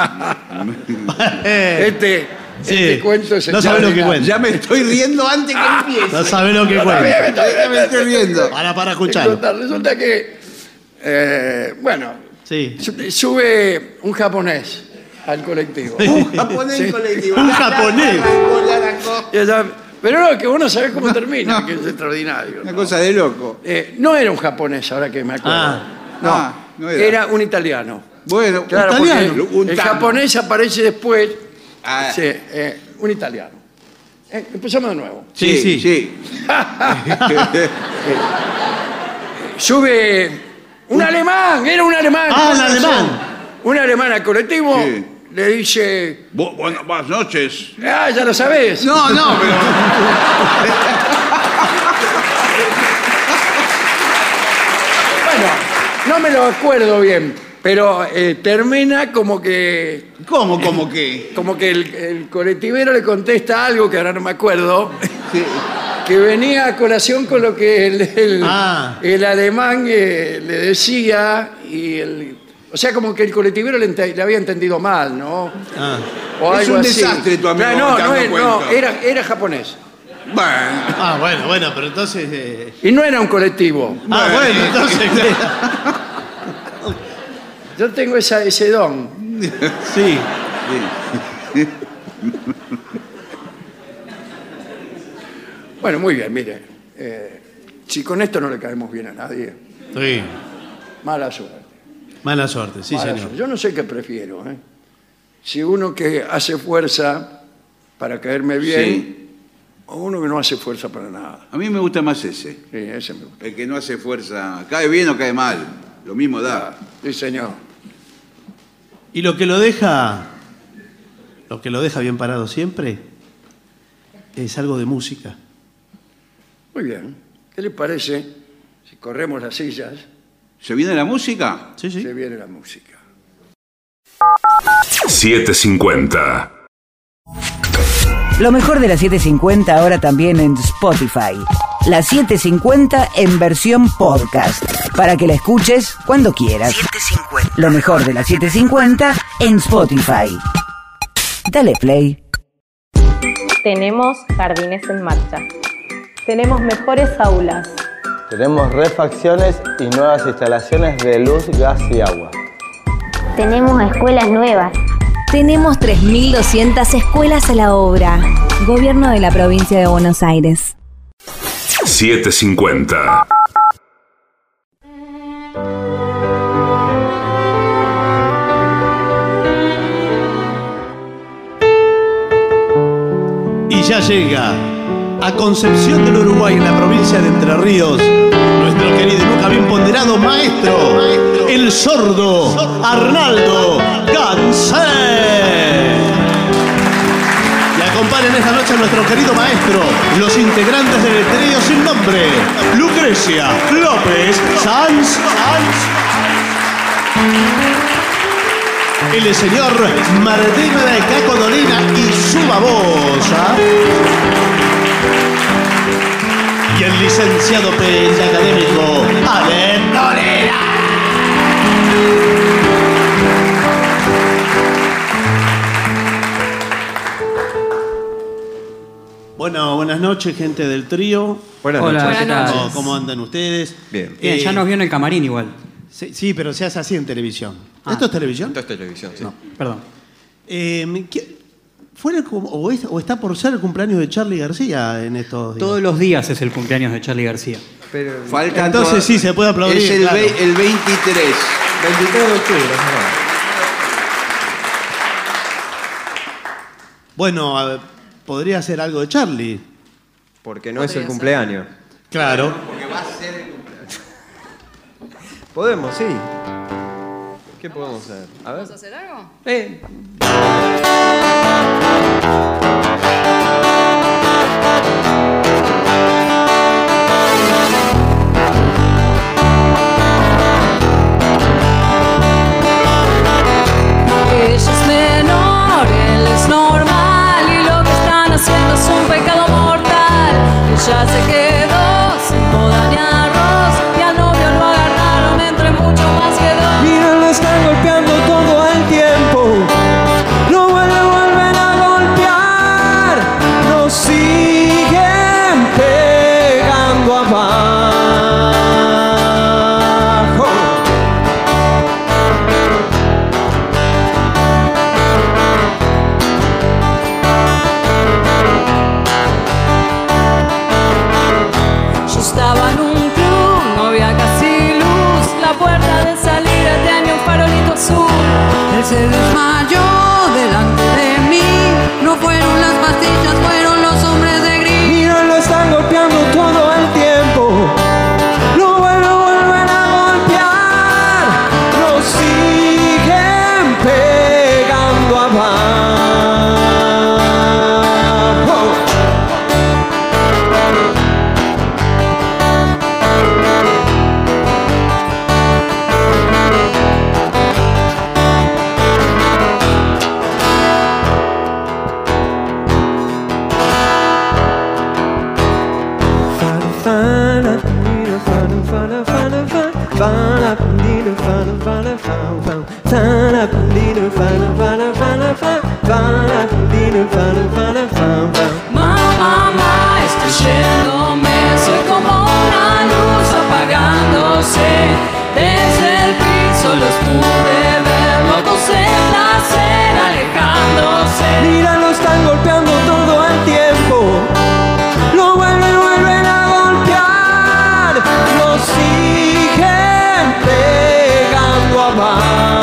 Eh, este, sí. este cuento es No sabe lo que extraordinario. cuenta. Ya me estoy riendo antes que empiece. No sabe lo que cuenta. Ya me estoy riendo. Para, para Hay que escucharlo. contar. Resulta que, eh, bueno, Sí. su- sube un japonés al colectivo. Un japonés Sí. colectivo. Un japonés. Y ella- Pero no, que vos no sabés cómo termina, que es extraordinario. Una ¿no? cosa de loco. Eh, no era un japonés, ahora que me acuerdo. Ah. no, Ah, no era. era. un italiano. Bueno, Claro, italiano. porque Un el tango. japonés aparece después. Ah. Sí, eh, un italiano. Eh, empezamos de nuevo. Sí, sí. sí. Sube un alemán, era un alemán. Ah, un con razón. alemán. Un alemán al colectivo Sí. le dice, Bu- bueno, buenas noches. ah, ya lo sabés. No, no, pero. Bueno, no me lo acuerdo bien, pero eh, termina como que, ¿Cómo, cómo que? como que el, el colectivero le contesta algo que ahora no me acuerdo, Sí. que venía a colación con lo que el, el- Ah. el alemán eh, le decía y el, o sea, como que el colectivero le, ente- le había entendido mal, ¿no? Ah. O Es algo un así. desastre tu amigo No, no, contando no, es- no, cuentos. era, era japonés. Bueno. Ah, bueno, bueno, pero entonces. eh, Y no era un colectivo. Ah, bueno, entonces. Yo tengo esa, ese don. Sí. Bueno, muy bien, mire. eh, si con esto no le caemos bien a nadie, Sí. mala suerte. Mala suerte, sí, mala señor. suerte. Yo no sé qué prefiero. ¿eh? Si uno que hace fuerza para caerme bien Sí. o uno que no hace fuerza para nada. A mí me gusta más ese. Sí, ese me gusta. El que no hace fuerza. ¿Cae bien o cae mal? Lo mismo da. Sí, señor. Y lo que lo deja. Lo que lo deja bien parado siempre es algo de música. Muy bien. ¿Qué le parece si corremos las sillas? ¿Se viene la música? Sí, sí. Se viene la música. setecientos cincuenta. Lo mejor de la setecientos cincuenta ahora también en Spotify. La setecientos cincuenta en versión podcast. Para que la escuches cuando quieras. setecientos cincuenta. Lo mejor de la setecientos cincuenta en Spotify. Dale play. Tenemos jardines en marcha. Tenemos mejores aulas. Tenemos refacciones y nuevas instalaciones de luz, gas y agua. Tenemos escuelas nuevas. Tenemos tres mil doscientas escuelas a la obra. Gobierno de la provincia de Buenos Aires. setecientos cincuenta. Y ya llega a Concepción del Uruguay, en la provincia de Entre Ríos, nuestro querido y nunca bien ponderado maestro, el sordo Arnaldo Gansé. Y acompañan esta noche a nuestro querido maestro, los integrantes del trío sin nombre, Lucrecia López Sanz. El señor Martín de Caco Dolina y su babosa. Y el licenciado periodista académico, Ale Dolina. Bueno, buenas noches, gente del trío. Buenas Hola, noches. ¿qué tal? ¿Cómo, cómo andan ustedes? Bien. Bien, ya Eh, nos vio en el camarín igual. Sí, sí, pero se hace así en televisión. Ah. ¿Esto es televisión? Esto es televisión, sí. No, perdón. Eh, ¿qué- ¿Fuera el cum- o, es- o está por ser el cumpleaños de Charly García en estos días? Todos los días es el cumpleaños de Charly García. Pero Falta Entonces toda- sí, se puede aplaudir, Es el, claro. ve- el veintitrés. veintitrés de octubre, ¿no? Bueno, a ver, podría ser algo de Charlie. Porque no es el cumpleaños. Claro. Porque va a ser el cumpleaños. Podemos, sí. ¿Qué podemos hacer? A ver. ¿Vamos a hacer algo? Eh. Ella es menor, él es normal y lo que están haciendo es un pecado mortal. Ella se quedó sin boda ni arroz y al novio lo agarraron entre mucho más que dos. Mira, lo están golpeando todo el tiempo. Lo vuelven, vuelven a golpear. Lo siguen pegando abajo. Yo estaba en un club, no había casi luz. La puerta de salida tenía un farolito azul. Él se desmayó delante de mí. No fueron las pastillas, fueron los hombres de gris. Mira, lo están golpeando todo el tiempo. Lo vuelven, vuelven a golpear. Lo siguen pegando abajo. Mamá, mamá, estoy yéndome. Soy como una luz apagándose. Desde el piso los pude ver, locos de placer alejándose. Mira, lo están golpeando todo el tiempo. Lo vuelven, vuelven a golpear. Lo siguen pegando abajo.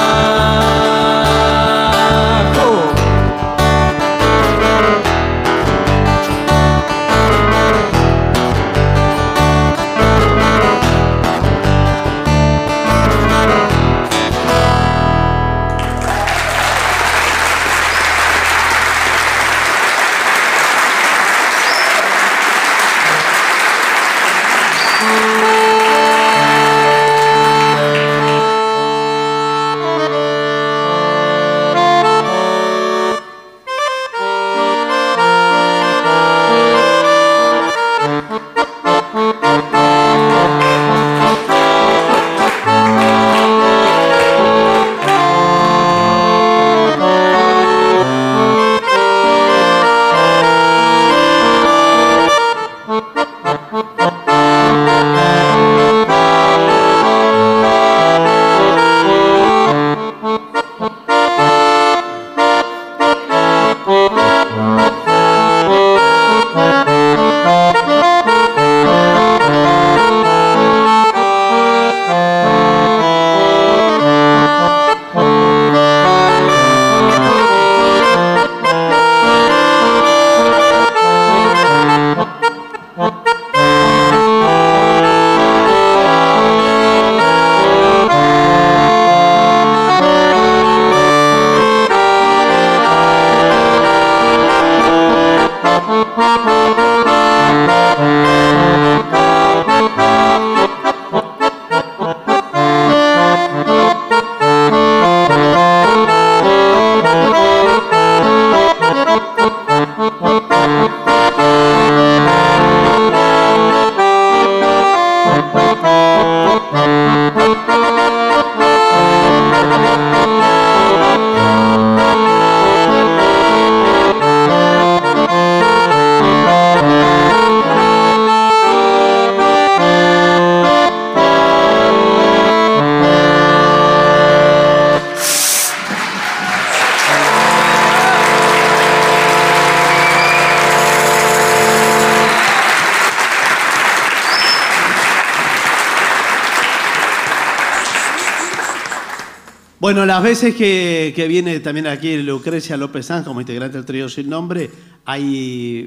Bueno, las veces que, que viene también aquí Lucrecia López Sanz como integrante del trío Sin Nombre, hay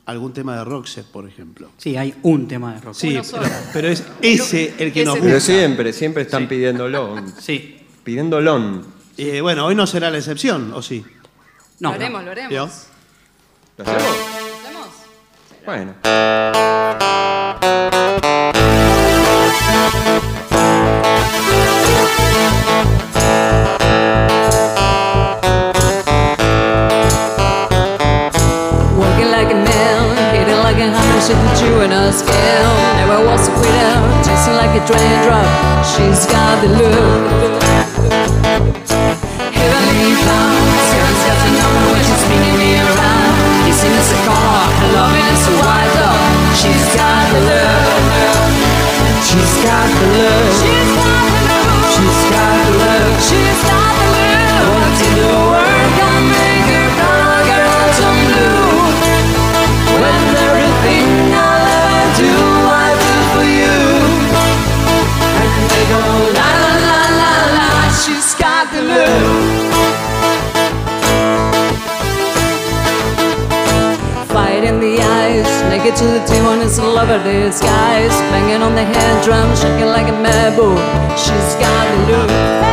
algún tema de Roxette, por ejemplo. Sí, hay un tema de Roxette. Sí, Uno pero, solo. pero es ese el que Ese nos tema. gusta. Pero siempre, siempre están Sí. pidiéndolo. Sí. Pidiéndolo. Eh, bueno, hoy no será la excepción, ¿o sí? No. Lo haremos, lo haremos. ¿Yo? ¿Lo hacemos? ¿Hacemos? Bueno. Walking like a nail, hitting like a hammer, she put you in a scale. Never was a quitter, tasting like a drain drop. She's got the look. Heavenly bound, Sarah's got to know when she's spinning me around. Kissing is a car, her loving is a wild dog. She's got the look. She's got the look. She's got the look. She's got the look. She's got the look. What's in the world can make her brown, girl, some blue. When everything I'll ever do, I do for you. And they go la la la la la. She's got the look. Fight in the eyes, naked to the demon is a lover disguise. Banging on the hand drum, shaking like a mad bull. She's got the look.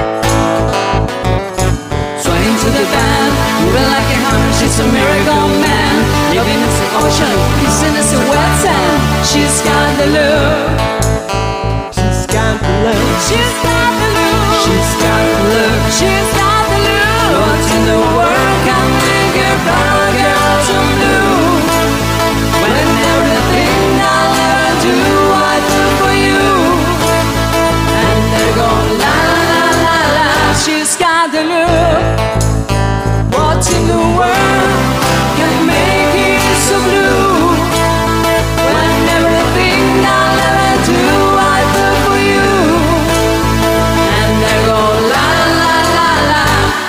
Swaying to the band, moving like a hammer. She's a miracle man. Living is the ocean, kissing is a wet sand. She's got the look. She's got the look. She's got the look. She's got the look. She's got the look. What's in the world can make her brown, girl, some blue. When everything I'll ever do, I do for you. And they go la la la la. She's got the look. What's in the world can make it so blue? When everything I'll ever do, I do for you. And they go la la la la.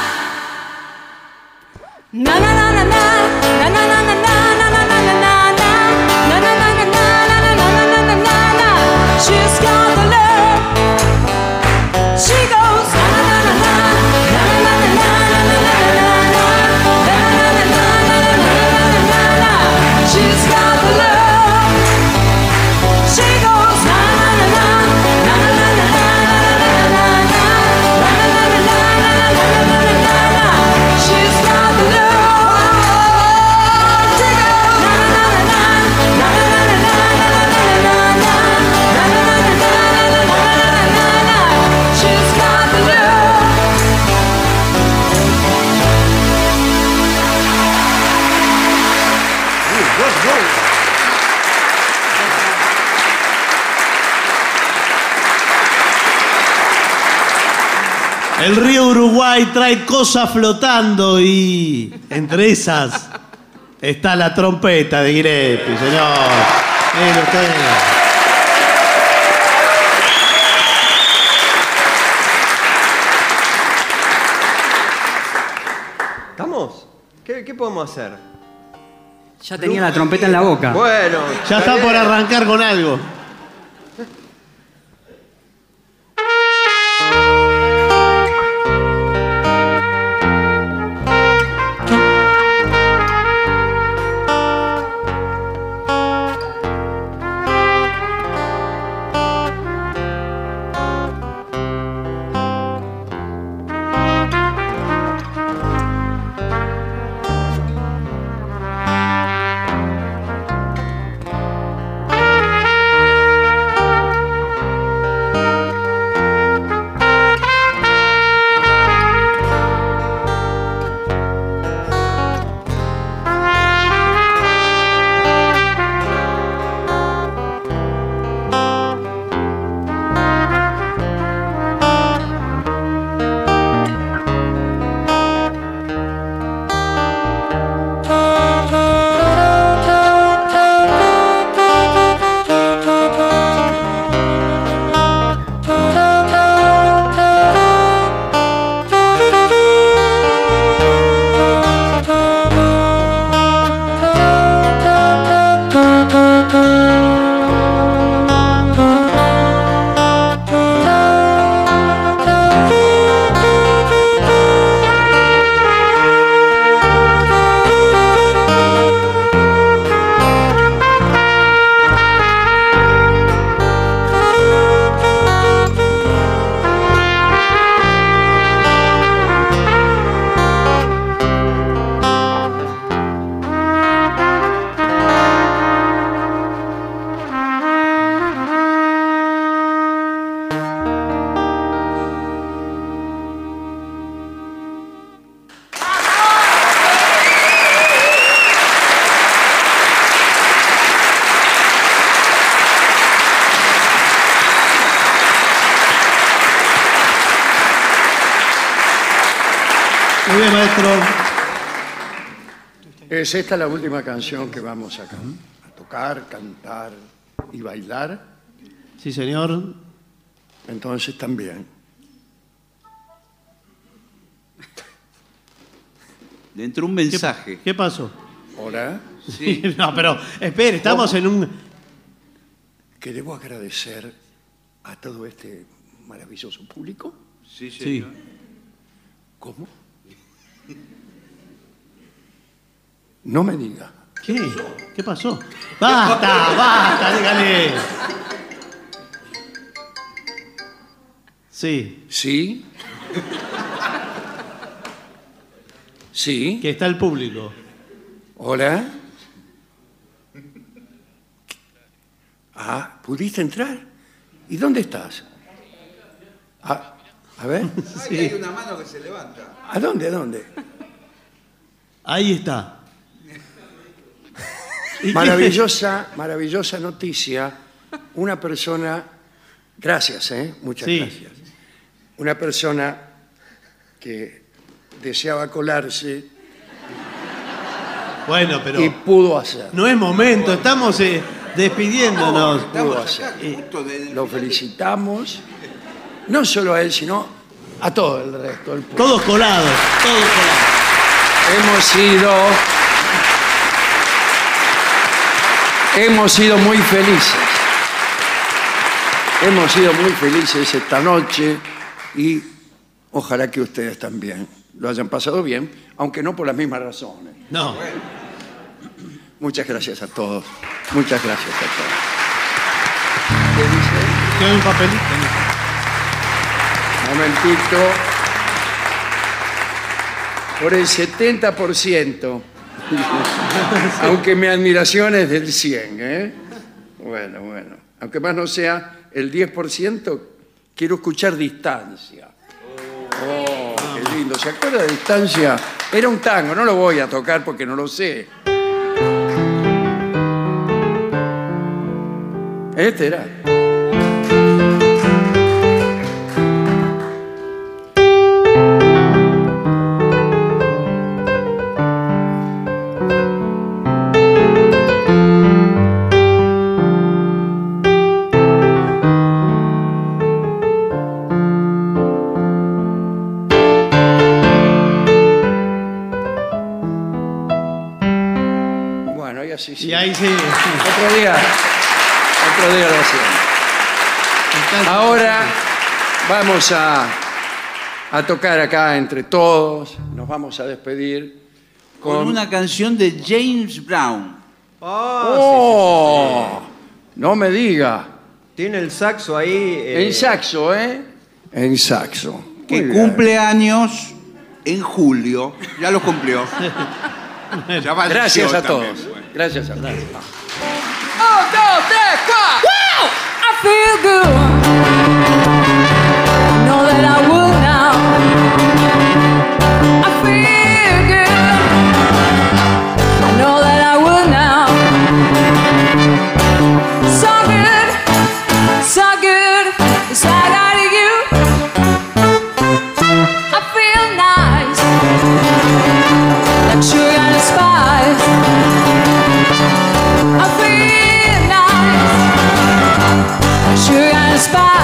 Na na na na na na na na na na na na na na. Na na na na na na na na na na na na. She's got the love. She goes na na na na na na na na na na na na. Na na na na na na na na na. She's got the love. She goes na na na na na na na na na na na. Na na na na na na na na na na. She's got the love. El río Uruguay trae cosas flotando y entre esas está la trompeta de Guirepi, señor. Mire usted. ¿Estamos? ¿Qué, qué podemos hacer? Ya tenía la trompeta en la boca. Bueno. Ya está por arrancar con algo. Muy bien, maestro. ¿Es esta la última canción que vamos a, can- a tocar, cantar y bailar? Sí, señor. Entonces también. Le entró un mensaje. ¿Qué, qué pasó? Hola. Sí. No, pero espere, estamos ¿Cómo? en un... Que debo agradecer a todo este maravilloso público. Sí, Sí. señor. ¿Cómo? No me diga. ¿Qué? ¿Qué pasó? ¡Basta, basta, dígale! Sí. ¿Sí? ¿Sí? Que está el público. Hola. Ah, ¿pudiste entrar? ¿Y dónde estás? Ah, a ver. Ay, hay una mano que se levanta. ¿A dónde? ¿A dónde? Ahí está. ¿Y qué? Maravillosa, maravillosa noticia. Una persona, gracias, ¿eh? Muchas Sí. gracias. Una persona que deseaba colarse Bueno, pero y pudo hacer. no es momento, estamos eh, despidiéndonos. Pudo hacer. Lo felicitamos, no solo a él, sino a todo el resto del público. Todos colados, todos colados. Hemos sido, hemos sido muy felices. Hemos sido muy felices esta noche y ojalá que ustedes también lo hayan pasado bien, aunque no por las mismas razones. No. Muchas gracias a todos. Muchas gracias a todos. ¿Qué hay un papelito? Un momentito. Por el setenta por ciento. Aunque mi admiración es del cien, ¿eh? Bueno, bueno. Aunque más no sea el diez por ciento, quiero escuchar Distancia. Oh, qué lindo. ¿Se acuerda de Distancia? Era un tango, no lo voy a tocar porque no lo sé. Este era. Bueno, y así sí. Y ahí sí. Otro día. Otro día lo hacemos. Ahora vamos a, a tocar acá entre todos. Nos vamos a despedir Con con, una canción de James Brown. ¡Oh! No me diga. Tiene el saxo ahí. eh, En saxo, ¿eh? En saxo. Que Muy bien. cumple años en julio. Ya lo cumplió. Ya falleció Gracias a también. todos. Gracias a todos. Un, dos, tres, cuatro. Wow! I feel good. Know that I would now. I feel good. I know that I would now. So good, so good. It's like I got you. I feel nice, like sugar and spice. I feel nice, sugar and spice.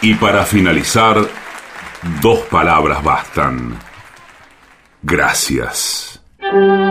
Y para finalizar, dos palabras bastan. Gracias.